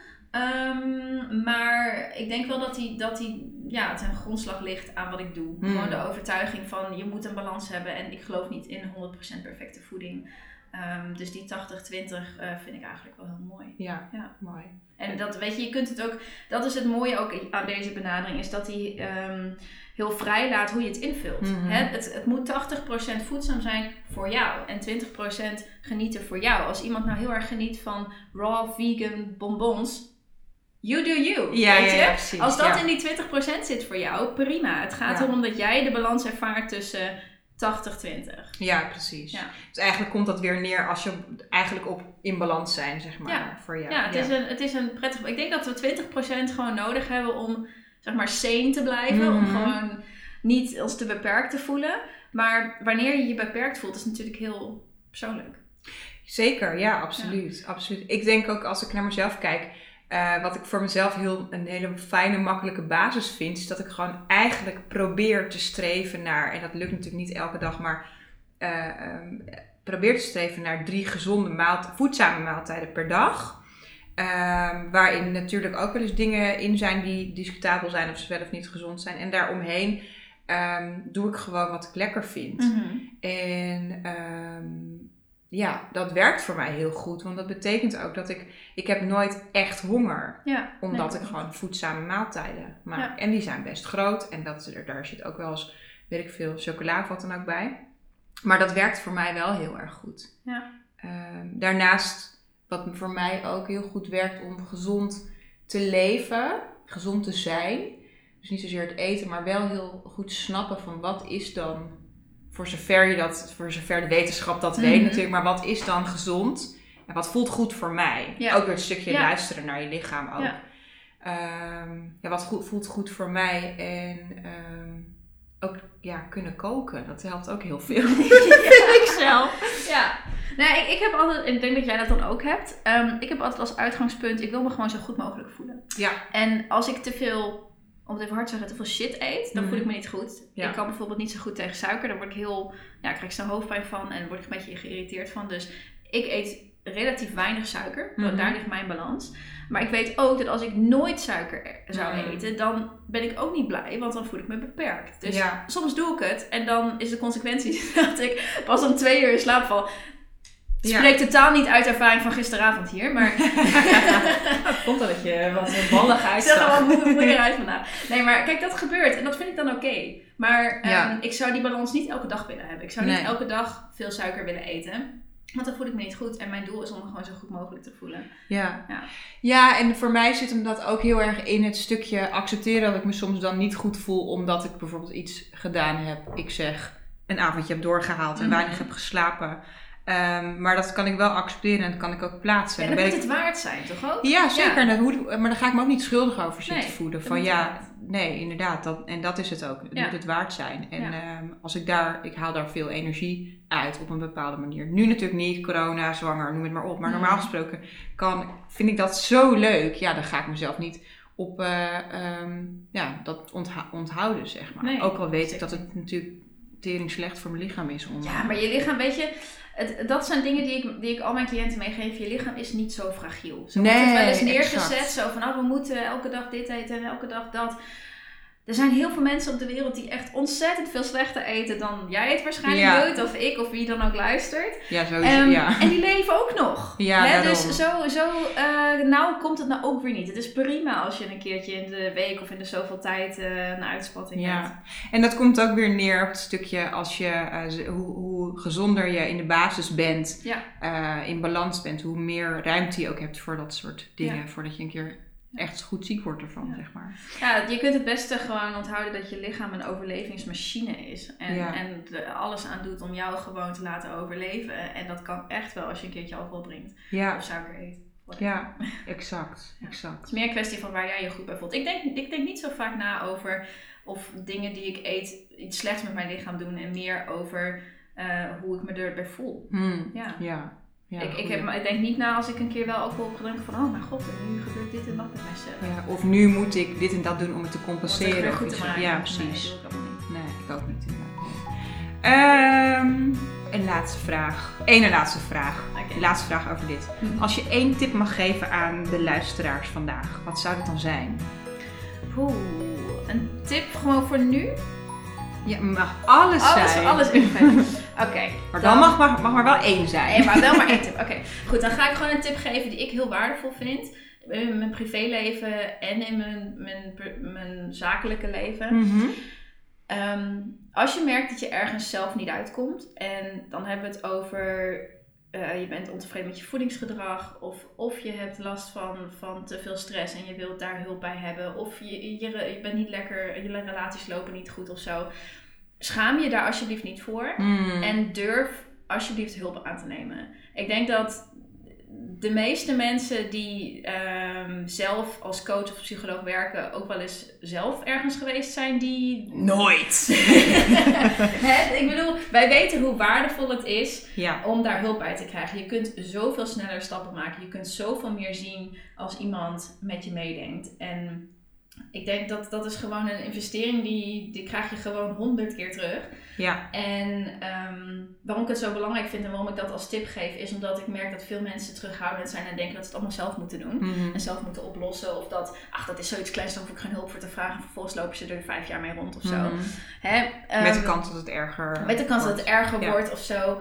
Maar ik denk wel dat die ten grondslag ligt aan wat ik doe. Gewoon de overtuiging van je moet een balans hebben. En ik geloof niet in 100% perfecte voeding. Dus die 80-20 vind ik eigenlijk wel heel mooi. Ja, mooi. En dat, weet je kunt het ook, dat is het mooie ook aan deze benadering, is dat hij heel vrij laat hoe je het invult. Het moet 80% voedzaam zijn voor jou en 20% genieten voor jou. Als iemand nou heel erg geniet van raw vegan bonbons, you do you, weet je? Ja, precies, als dat in die 20% zit voor jou, prima. Het gaat erom dat jij de balans ervaart tussen 80-20. Ja, precies. Ja. Dus eigenlijk komt dat weer neer als je eigenlijk in balans zijn, zeg maar, voor jou. Ja, het is een prettig... Ik denk dat we 20% gewoon nodig hebben om, zeg maar, sane te blijven. Om gewoon niet ons te beperkt te voelen. Maar wanneer je je beperkt voelt, is natuurlijk heel persoonlijk. Zeker, ja, absoluut. Absoluut. Ik denk ook, als ik naar mezelf kijk, wat ik voor mezelf een hele fijne, makkelijke basis vind, is dat ik gewoon eigenlijk probeer te streven naar, en dat lukt natuurlijk niet elke dag, maar probeer te streven naar 3 gezonde voedzame maaltijden per dag. Waarin natuurlijk ook wel eens dingen in zijn die discutabel zijn of ze wel of niet gezond zijn. En daaromheen doe ik gewoon wat ik lekker vind. En dat werkt voor mij heel goed. Want dat betekent ook dat ik heb nooit echt honger. Omdat ik gewoon voedzame maaltijden maak. Ja. En die zijn best groot. En daar zit ook wel eens, weet ik veel, chocola of wat dan ook bij. Maar dat werkt voor mij wel heel erg goed. Ja. Daarnaast, wat voor mij ook heel goed werkt om gezond te leven. Gezond te zijn. Dus niet zozeer het eten, maar wel heel goed snappen van wat is dan, voor zover de wetenschap dat weet natuurlijk, maar wat is dan gezond en wat voelt goed voor mij? Ja. Ook weer een stukje luisteren naar je lichaam ook. Ja. Wat voelt goed voor mij en ook kunnen koken. Dat helpt ook heel veel. Vind ik zelf. Ja. Nee, ik heb altijd, ik denk dat jij dat dan ook hebt. Ik heb altijd als uitgangspunt, ik wil me gewoon zo goed mogelijk voelen. Ja. En als ik te veel, om het even hard te zeggen, te veel shit eet, dan voel ik me niet goed. Ja. Ik kan bijvoorbeeld niet zo goed tegen suiker. Dan word ik krijg ik snel hoofdpijn van en word ik een beetje geïrriteerd van. Dus ik eet relatief weinig suiker. Daar ligt mijn balans. Maar ik weet ook dat als ik nooit suiker zou eten, dan ben ik ook niet blij, want dan voel ik me beperkt. Dus soms doe ik het en dan is de consequentie dat ik pas om 2 uur in slaap val. Het spreekt totaal niet uit ervaring van gisteravond hier, maar... Het komt dat je wat ballig uitzag. Zeg maar, hoe eruit vandaag. Nee, maar kijk, dat gebeurt en dat vind ik dan oké. Maar ik zou die balans niet elke dag willen hebben. Ik zou niet elke dag veel suiker willen eten. Want dan voel ik me niet goed. En mijn doel is om me gewoon zo goed mogelijk te voelen. Ja, en voor mij zit hem dat ook heel erg in het stukje accepteren dat ik me soms dan niet goed voel. Omdat ik bijvoorbeeld iets gedaan heb. Ik zeg, een avondje heb doorgehaald en weinig heb geslapen. Maar dat kan ik wel accepteren en dat kan ik ook plaatsen. En dan moet het waard zijn, toch ook? Ja, zeker. Ja. Maar daar ga ik me ook niet schuldig over zitten voelen. Van nee, inderdaad. Dat is het ook. Het moet het waard zijn. En als ik haal daar veel energie uit op een bepaalde manier. Nu natuurlijk niet, corona, zwanger, noem het maar op. Maar normaal gesproken vind ik dat zo leuk. Ja, dan ga ik mezelf niet op dat onthouden, zeg maar. Nee, ook al weet ik dat het natuurlijk tering slecht voor mijn lichaam is. Ja, maar je lichaam, weet je... Dat zijn dingen die ik al mijn cliënten meegeef. Je lichaam is niet zo fragiel. Zo wordt het wel eens neergezet. Zo van, we moeten elke dag dit eten en elke dag dat. Er zijn heel veel mensen op de wereld die echt ontzettend veel slechter eten dan jij het waarschijnlijk doet. Of ik, of wie dan ook luistert. Ja, sowieso. En die leven ook nog. Ja, dus zo nou komt het nou ook weer niet. Het is prima als je een keertje in de week of in de zoveel tijd een uitspatting hebt. En dat komt ook weer neer op het stukje als je hoe gezonder je in de basis bent, in balans bent, hoe meer ruimte je ook hebt voor dat soort dingen. Voordat je een keer echt goed ziek wordt ervan, zeg maar. Ja, je kunt het beste gewoon onthouden dat je lichaam een overlevingsmachine is. En er alles aan doet om jou gewoon te laten overleven. En dat kan echt wel als je een keertje alcohol drinkt. Of suiker eet. Ja, exact. Het is meer een kwestie van waar jij je goed bij voelt. Ik denk niet zo vaak na over of dingen die ik eet iets slechts met mijn lichaam doen. En meer over hoe ik me erbij voel. Ja, ik denk niet na als ik een keer wel alcohol heb gedronken van, oh mijn god, nu gebeurt dit en dat met mijzelf. Ja, of nu moet ik dit en dat doen om het te compenseren. Om het goed te maken. Ja, precies. Nee, ik ook niet een laatste vraag. Ene laatste vraag. Okay. Laatste vraag over dit. Als je 1 tip mag geven aan de luisteraars vandaag, wat zou dat dan zijn? Een tip gewoon voor nu? Ja, mag alles zijn. Alles invullen. Oké. Maar dan mag maar wel 1 zijn. Nee, maar wel maar 1 tip. Oké. Goed, dan ga ik gewoon een tip geven die ik heel waardevol vind. In mijn privéleven en in mijn zakelijke leven. Als je merkt dat je ergens zelf niet uitkomt. En dan hebben we het over... je bent ontevreden met je voedingsgedrag. Of je hebt last van te veel stress en je wilt daar hulp bij hebben. Of je bent niet lekker, je relaties lopen niet goed of zo. Schaam je daar alsjeblieft niet voor. En durf alsjeblieft hulp aan te nemen. Ik denk dat de meeste mensen die zelf als coach of psycholoog werken ook wel eens zelf ergens geweest zijn die... Nooit! Ik bedoel, wij weten hoe waardevol het is om daar hulp bij te krijgen. Je kunt zoveel sneller stappen maken. Je kunt zoveel meer zien als iemand met je meedenkt. En ik denk dat is gewoon een investering die krijg je gewoon 100 keer terug. Ja. En waarom ik het zo belangrijk vind en waarom ik dat als tip geef, is omdat ik merk dat veel mensen terughoudend zijn en denken dat ze het allemaal zelf moeten doen. En zelf moeten oplossen. Of dat is zoiets kleins, daar hoef ik geen hulp voor te vragen. En vervolgens lopen ze er 5 jaar mee rond of zo. Met de kans dat het erger Met de kans dat het erger wordt of zo.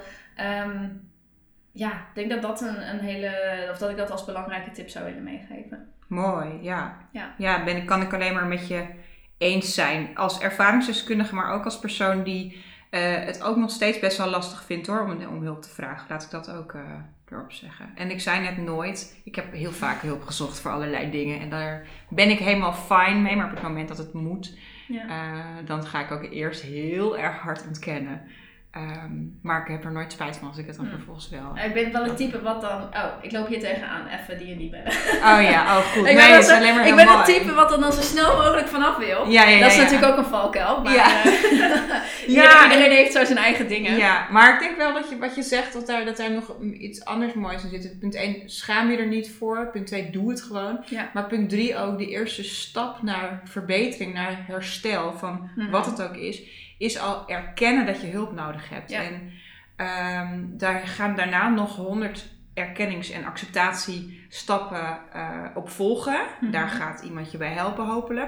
Ik denk dat een hele... Of dat ik dat als belangrijke tip zou willen meegeven. Mooi, kan ik alleen maar met je eens zijn. Als ervaringsdeskundige, maar ook als persoon die het ook nog steeds best wel lastig vindt hoor, om hulp te vragen. Laat ik dat ook erop zeggen. En ik zei net nooit, ik heb heel vaak hulp gezocht voor allerlei dingen. En daar ben ik helemaal fine mee. Maar op het moment dat het moet, dan ga ik ook eerst heel erg hard ontkennen. Maar ik heb er nooit spijt van als ik het dan vervolgens wel... Ik ben wel een type wat dan... Oh, ik loop hier tegenaan. Even die en die bellen. Oh ja, goed. Ik het is alleen maar ik ben een type wat er dan zo snel mogelijk vanaf wil. Dat is natuurlijk ook een valkuil. Maar iedereen heeft zo zijn eigen dingen. Ja, maar ik denk wel dat wat je zegt, dat daar nog iets anders moois in zit. Punt 1, schaam je er niet voor. Punt 2, doe het gewoon. Ja. Maar punt 3 ook, de eerste stap naar verbetering, naar herstel van wat het ook is al erkennen dat je hulp nodig hebt. Ja. En daar gaan daarna nog 100 erkennings- en acceptatiestappen op volgen. Daar gaat iemand je bij helpen hopelijk.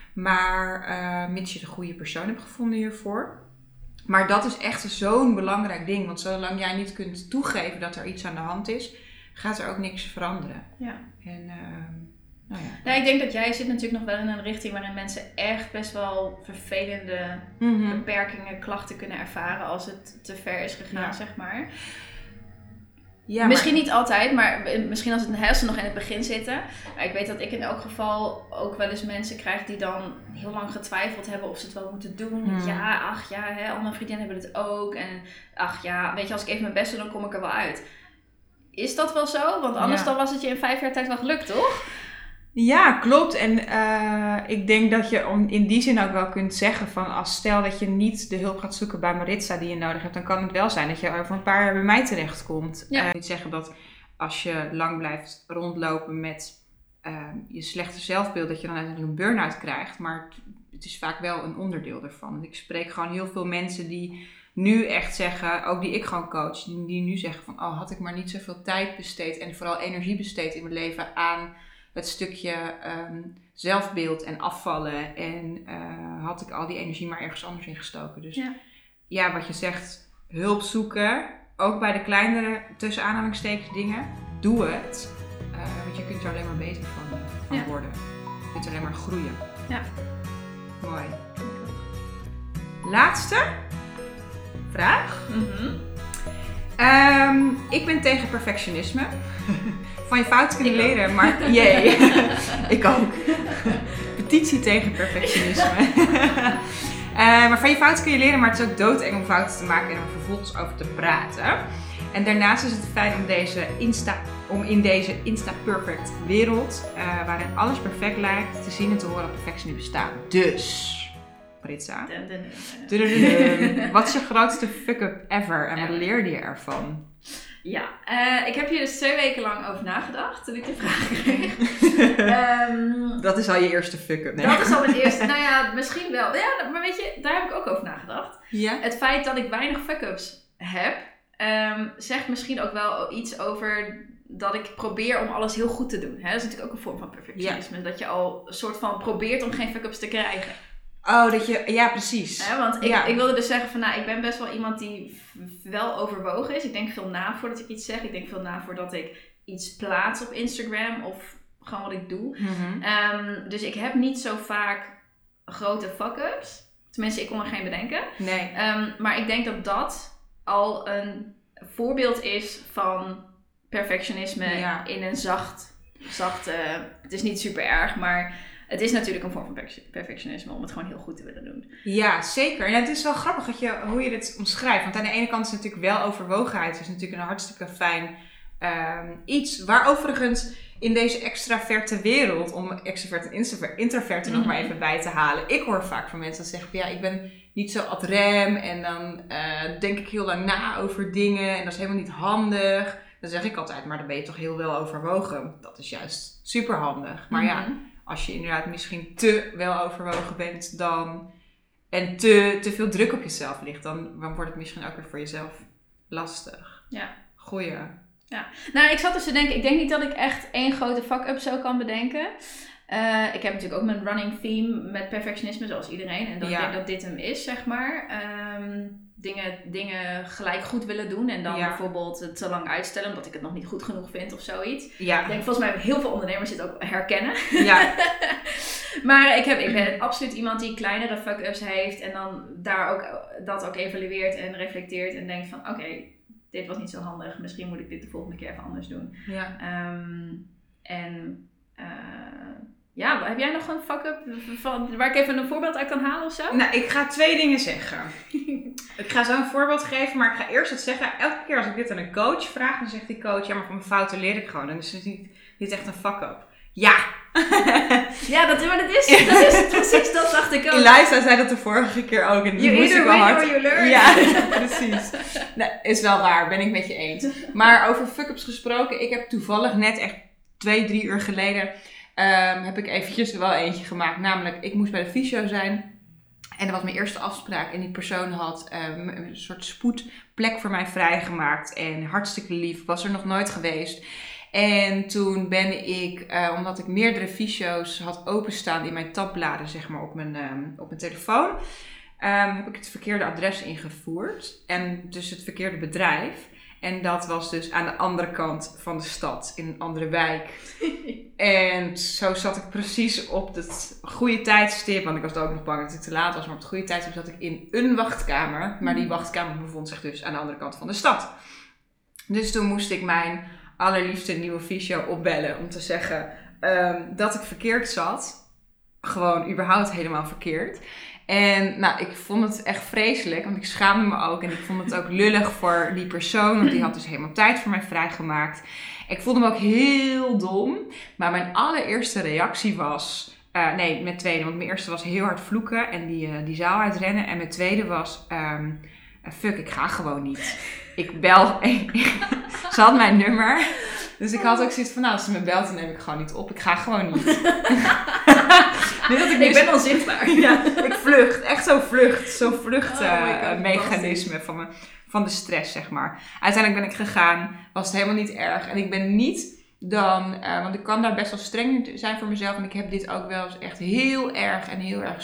Maar mits je de goede persoon hebt gevonden hiervoor. Maar dat is echt zo'n belangrijk ding. Want zolang jij niet kunt toegeven dat er iets aan de hand is, gaat er ook niks veranderen. Ja. En... Nou, ik denk dat jij zit natuurlijk nog wel in een richting waarin mensen echt best wel vervelende beperkingen, klachten kunnen ervaren als het te ver is gegaan, zeg maar. Ja, misschien niet altijd, maar misschien als ze nog in het begin zitten. Maar ik weet dat ik in elk geval ook wel eens mensen krijg die dan heel lang getwijfeld hebben of ze het wel moeten doen. Al mijn vriendinnen hebben het ook. En weet je, als ik even mijn best doe, dan kom ik er wel uit. Is dat wel zo? Want anders dan was het je in 5 jaar tijd wel gelukt, toch? Ja, klopt. En ik denk dat je in die zin ook wel kunt zeggen van stel dat je niet de hulp gaat zoeken bij Maritza die je nodig hebt, dan kan het wel zijn dat je over een paar jaar bij mij terechtkomt. Ja. Ik moet zeggen dat als je lang blijft rondlopen met je slechte zelfbeeld, dat je dan uiteindelijk een burn-out krijgt. Maar het is vaak wel een onderdeel ervan. Ik spreek gewoon heel veel mensen die nu echt zeggen, ook die ik gewoon coach, die nu zeggen van had ik maar niet zoveel tijd besteed en vooral energie besteed in mijn leven aan het stukje zelfbeeld en afvallen. En had ik al die energie maar ergens anders in gestoken. Dus ja, wat je zegt, hulp zoeken. Ook bij de kleinere, tussen aanhalingstekens dingen. Doe het. Want je kunt er alleen maar beter van worden. Je kunt alleen maar groeien. Ja. Mooi. Laatste vraag. Ik ben tegen perfectionisme. Van je fouten kunnen leren, maar ik ook. Petitie tegen perfectionisme. Maar van je fouten kun je leren, maar het is ook doodeng om fouten te maken en er vervolgens over te praten. En daarnaast is het fijn om in deze Insta-perfect wereld, waarin alles perfect lijkt, te zien en te horen dat perfectie niet bestaat. Dus, Maritza, wat is je grootste fuck-up ever en wat leerde je ervan? Ja, ik heb hier dus 2 weken lang over nagedacht toen ik de vraag kreeg. Dat is al je eerste fuck-up. Nee. Dat is al mijn eerste. Nou ja, misschien wel. Ja, maar weet je, daar heb ik ook over nagedacht. Ja? Het feit dat ik weinig fuck-ups heb, zegt misschien ook wel iets over dat ik probeer om alles heel goed te doen. Hè? Dat is natuurlijk ook een vorm van perfectionisme. Ja. Dat je al een soort van probeert om geen fuck-ups te krijgen. Ja, precies. Want ik wilde dus zeggen van, ik ben best wel iemand die wel overwogen is. Ik denk veel na voordat ik iets zeg. Ik denk veel na voordat ik iets plaats op Instagram of gewoon wat ik doe. Dus ik heb niet zo vaak grote fuck-ups. Tenminste, ik kon er geen bedenken. Nee. Maar ik denk dat dat al een voorbeeld is van perfectionisme in een zachte... Het is niet super erg, maar... Het is natuurlijk een vorm van perfectionisme om het gewoon heel goed te willen doen. Ja, zeker. En het is wel grappig hoe je dit omschrijft. Want aan de ene kant is het natuurlijk wel overwogenheid. Het is natuurlijk een hartstikke fijn iets. Waar overigens in deze extraverte wereld, om extravert en introvert nog maar even bij te halen. Ik hoor vaak van mensen dat zeggen van ik ben niet zo ad rem. En dan denk ik heel lang na over dingen. En dat is helemaal niet handig. Dan zeg ik altijd, maar dan ben je toch heel wel overwogen. Dat is juist super handig. Maar als je inderdaad misschien te wel overwogen bent en te veel druk op jezelf ligt, dan wordt het misschien ook weer voor jezelf lastig. Ja. Goeie. Ja. Nou, ik zat dus te denken, ik denk niet dat ik echt 1 grote fuck-up zo kan bedenken. Ik heb natuurlijk ook mijn running theme met perfectionisme, zoals iedereen. En ik denk dat dit hem is, zeg maar. Dingen gelijk goed willen doen en dan bijvoorbeeld het te lang uitstellen omdat ik het nog niet goed genoeg vind of zoiets. Ja. Ik denk volgens mij heel veel ondernemers dit ook herkennen. Ja. Maar ik ben absoluut iemand die kleinere fuck-ups heeft en dan dat ook evalueert en reflecteert en denkt van oké, dit was niet zo handig, misschien moet ik dit de volgende keer even anders doen. Ja. Ja, heb jij nog een fuck-up waar ik even een voorbeeld uit kan halen of zo? Nou, ik ga 2 dingen zeggen. Ik ga zo een voorbeeld geven, maar ik ga eerst het zeggen. Elke keer als ik dit aan een coach vraag, dan zegt die coach, ja, maar van mijn fouten leer ik gewoon. En dus het is niet echt een fuck-up. Ja! Ja, dat is precies, dat dacht ik ook. Eliza zei dat de vorige keer ook. En You either win or you learn. Ja, precies. Nee, is wel waar, ben ik met je eens. Maar over fuck-ups gesproken, ik heb toevallig net echt 2-3 uur geleden... heb ik eventjes er wel eentje gemaakt. Namelijk, ik moest bij de fysio zijn. En dat was mijn eerste afspraak. En die persoon had een soort spoedplek voor mij vrijgemaakt. En hartstikke lief. Was er nog nooit geweest. En toen ben ik, omdat ik meerdere fysio's had openstaan in mijn tabbladen, zeg maar, op mijn telefoon. Heb ik het verkeerde adres ingevoerd. En dus het verkeerde bedrijf. En dat was dus aan de andere kant van de stad, in een andere wijk. En zo zat ik precies op het goede tijdstip, want ik was ook nog bang dat ik te laat was, maar op het goede tijdstip zat ik in een wachtkamer. Maar die wachtkamer bevond zich dus aan de andere kant van de stad. Dus toen moest ik mijn allerliefste nieuwe fysio opbellen om te zeggen dat ik verkeerd zat. Gewoon überhaupt helemaal verkeerd. En nou, ik vond het echt vreselijk, want ik schaamde me ook. En ik vond het ook lullig voor die persoon, want die had dus helemaal tijd voor mij vrijgemaakt. Ik voelde me ook heel dom. Maar mijn allereerste reactie was... mijn tweede, want mijn eerste was heel hard vloeken en die zaal uitrennen. En mijn tweede was... fuck, ik ga gewoon niet. Ik bel... Ze had mijn nummer. Dus ik had ook zoiets van, nou, als ze me belt, dan neem ik gewoon niet op. Ik ga gewoon niet. Ik ben onzichtbaar. Ja, ik vlucht. Echt zo'n vluchtmechanisme van de stress, zeg maar. Uiteindelijk ben ik gegaan. Was het helemaal niet erg. En ik ben niet dan... want ik kan daar best wel streng zijn voor mezelf. En ik heb dit ook wel eens echt heel erg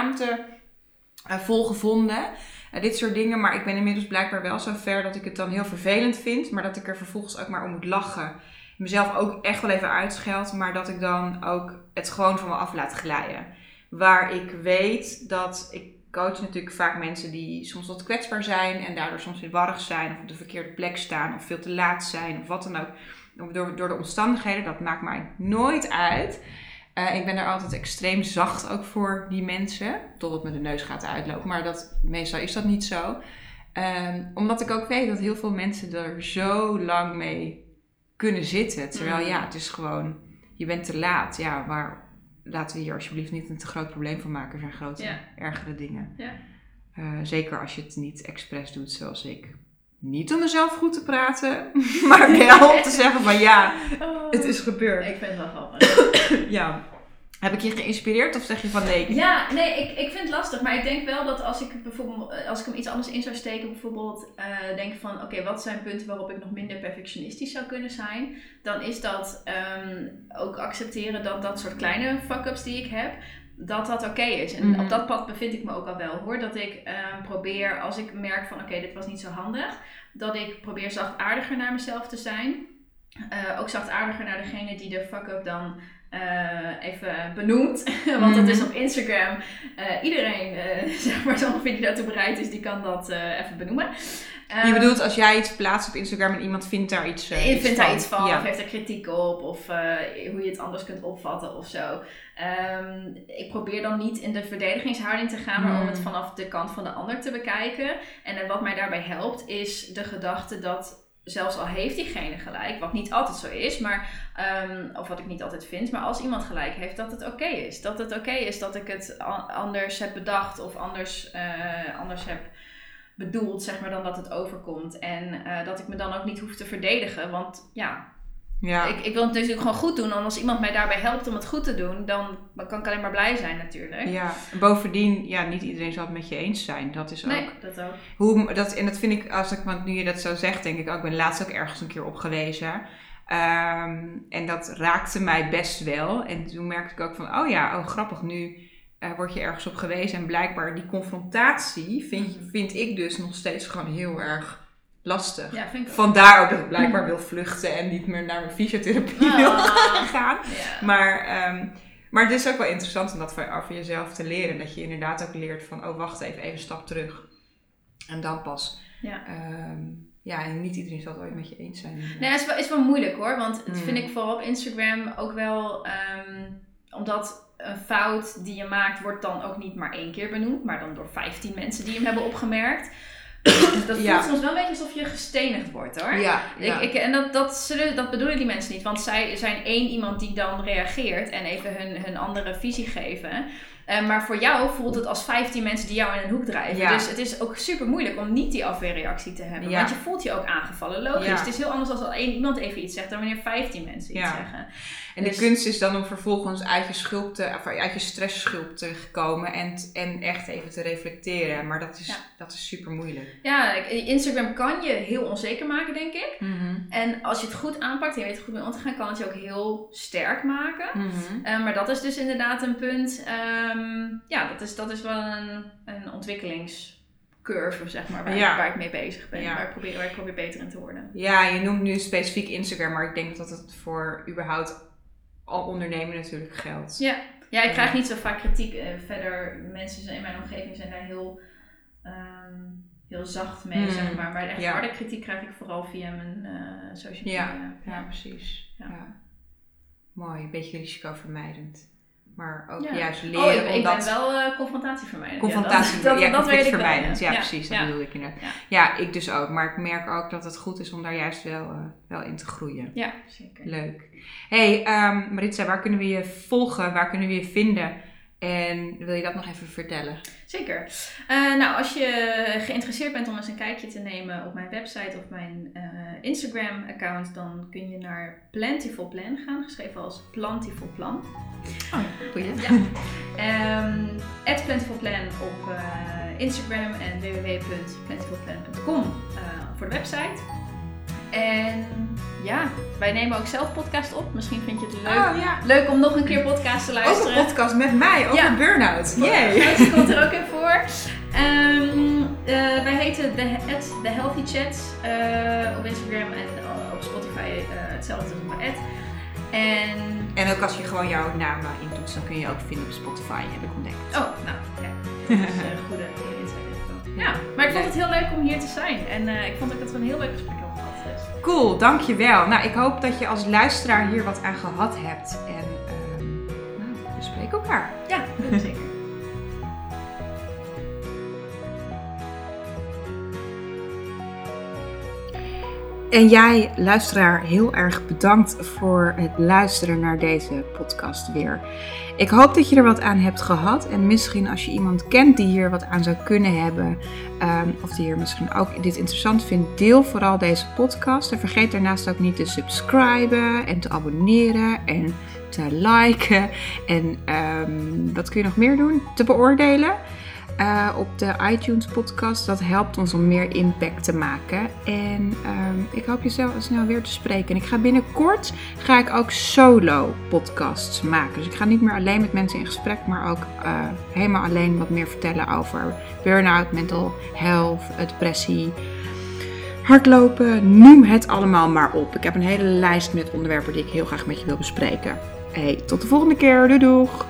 schaamtevol gevonden. Dit soort dingen. Maar ik ben inmiddels blijkbaar wel zo ver dat ik het dan heel vervelend vind. Maar dat ik er vervolgens ook maar om moet lachen. Mezelf ook echt wel even uitscheld. Maar dat ik dan ook het gewoon van me af laat glijden. Waar ik weet dat... Ik coach natuurlijk vaak mensen die soms wat kwetsbaar zijn. En daardoor soms weer warrig zijn. Of op de verkeerde plek staan. Of veel te laat zijn. Of wat dan ook. Door de omstandigheden. Dat maakt mij nooit uit. Ik ben daar altijd extreem zacht ook voor die mensen. Totdat me de neus gaat uitlopen. Maar meestal is dat niet zo. Omdat ik ook weet dat heel veel mensen er zo lang mee kunnen zitten. Terwijl het is gewoon... Je bent te laat. Ja, maar laten we hier alsjeblieft niet een te groot probleem van maken. Er zijn grote, ergere dingen. Ja. Zeker als je het niet expres doet zoals ik. Niet om mezelf goed te praten. Maar wel om te zeggen van het is gebeurd. Ik vind het wel grappig. Ja. Heb ik je geïnspireerd of zeg je van nee? Ja, nee, ik vind het lastig. Maar ik denk wel dat als ik hem iets anders in zou steken, bijvoorbeeld denk van oké, wat zijn punten waarop ik nog minder perfectionistisch zou kunnen zijn? Dan is dat ook accepteren dat soort kleine fuck-ups die ik heb, dat oké is. En op dat pad bevind ik me ook al wel hoor. Dat ik probeer, als ik merk van oké, dit was niet zo handig, dat ik probeer zachtaardiger naar mezelf te zijn. Ook zachtaardiger naar degene die de fuck-up dan even benoemt. Want dat is op Instagram. Iedereen, zeg maar, zo ongeveer die daartoe bereid is, die kan dat even benoemen. Je bedoelt als jij iets plaatst op Instagram en iemand vindt daar iets van. Of heeft er kritiek op. Of hoe je het anders kunt opvatten of zo. Ik probeer dan niet in de verdedigingshouding te gaan, maar om het vanaf de kant van de ander te bekijken. En wat mij daarbij helpt is de gedachte dat zelfs al heeft diegene gelijk, wat niet altijd zo is, maar of wat ik niet altijd vind, maar als iemand gelijk heeft, dat het oké is. Dat het oké is dat ik het anders heb bedacht of anders heb bedoeld, zeg maar, dan dat het overkomt. En dat ik me dan ook niet hoef te verdedigen, want ik wil het natuurlijk gewoon goed doen. En als iemand mij daarbij helpt om het goed te doen, dan kan ik alleen maar blij zijn natuurlijk. Ja, bovendien, niet iedereen zal het met je eens zijn. Dat is ook... Nee, dat ook. En dat vind ik, want nu je dat zo zegt, denk ik ook, ik ben laatst ook ergens een keer op gewezen. En dat raakte mij best wel. En toen merkte ik ook van, grappig, nu word je ergens op gewezen. En blijkbaar die confrontatie vind ik dus nog steeds gewoon heel erg lastig. Ja, vind ik ook. Vandaar ook dat ik blijkbaar wil vluchten en niet meer naar mijn fysiotherapie wil gaan. Ja. Maar het is ook wel interessant om dat van jezelf te leren. Dat je inderdaad ook leert van, wacht even een stap terug. En dan pas. Ja. En niet iedereen zal het ooit met je eens zijn. Nee, het is wel moeilijk hoor. Want het vind ik vooral op Instagram ook wel... Omdat een fout die je maakt wordt dan ook niet maar 1 keer benoemd, maar dan door 15 mensen die hem hebben opgemerkt. Dat voelt soms wel een beetje alsof je gestenigd wordt, hoor. Ja. En dat bedoelen die mensen niet. Want zij zijn 1 iemand die dan reageert en even hun andere visie geven. Maar voor jou voelt het als 15 mensen die jou in een hoek drijven. Ja. Dus het is ook super moeilijk om niet die afweerreactie te hebben. Ja. Want je voelt je ook aangevallen. Logisch. Ja. Het is heel anders als 1 iemand even iets zegt dan wanneer 15 mensen iets zeggen. En de kunst is dan om vervolgens uit je stressschulp te komen en echt even te reflecteren. Maar dat is super moeilijk. Ja, Instagram kan je heel onzeker maken, denk ik. Mm-hmm. En als je het goed aanpakt en je weet er goed mee om te gaan, kan het je ook heel sterk maken. Mm-hmm. Maar dat is dus inderdaad een punt. Dat is wel een ontwikkelingscurve, zeg maar, waar ik mee bezig ben. Ja. Waar ik probeer beter in te worden. Ja, je noemt nu specifiek Instagram, maar ik denk dat het voor überhaupt al ondernemen natuurlijk geldt. Ja, ik krijg niet zo vaak kritiek. Verder, mensen in mijn omgeving zijn daar heel zacht mee, zeg maar. Maar echt harde kritiek krijg ik vooral via mijn social media. Ja, precies. Ja. Mooi, een beetje risicovermijdend. Maar ook Ja. juist leren ik ben wel confrontatievermijdend. Conflictvermijdend. Ja, Ja, precies. Dat bedoel ik inderdaad. Ja. Ja, ik dus ook. Maar ik merk ook dat het goed is om daar juist wel in te groeien. Ja, zeker. Leuk. Hey, Maritza, waar kunnen we je volgen? Waar kunnen we je vinden? En wil je dat nog even vertellen? Zeker. Als je geïnteresseerd bent om eens een kijkje te nemen op mijn website of mijn Instagram-account, dan kun je naar Plantiful Plan gaan, geschreven als Plantiful Plan. Oh ja, goeie. Ja. @plantifulplan op Instagram en www.plantifulplan.com voor de website. En ja, wij nemen ook zelf podcast op. Misschien vind je het leuk, leuk om nog een keer podcast te luisteren. Ook een podcast met mij over burn-out. Die komt er ook in voor. Wij heten The Healthy Chat op Instagram en op Spotify hetzelfde als maar En ook als je gewoon jouw naam intoetst, dan kun je ook vinden op Spotify, heb ik ontdekt. Oh, nou ja. Dat is een goede insight. Ja, maar ik vond het heel leuk om hier te zijn. En ik vond ook dat we een heel leuk gesprek hebben gehad. Dus. Cool, dankjewel. Nou, ik hoop dat je als luisteraar hier wat aan gehad hebt. En we spreken elkaar. Ja, dat is zeker. En jij, luisteraar, heel erg bedankt voor het luisteren naar deze podcast weer. Ik hoop dat je er wat aan hebt gehad. En misschien als je iemand kent die hier wat aan zou kunnen hebben, of die hier misschien ook dit interessant vindt, deel vooral deze podcast. En vergeet daarnaast ook niet te subscriben en te abonneren en te liken. En wat kun je nog meer doen? Te beoordelen. Op de iTunes podcast. Dat helpt ons om meer impact te maken. En ik hoop je snel weer te spreken. En ik ga binnenkort ook solo podcasts maken. Dus ik ga niet meer alleen met mensen in gesprek, maar ook helemaal alleen wat meer vertellen over burn-out, mental health, depressie, hardlopen. Noem het allemaal maar op. Ik heb een hele lijst met onderwerpen die ik heel graag met je wil bespreken. Hey, tot de volgende keer. Doei doeg!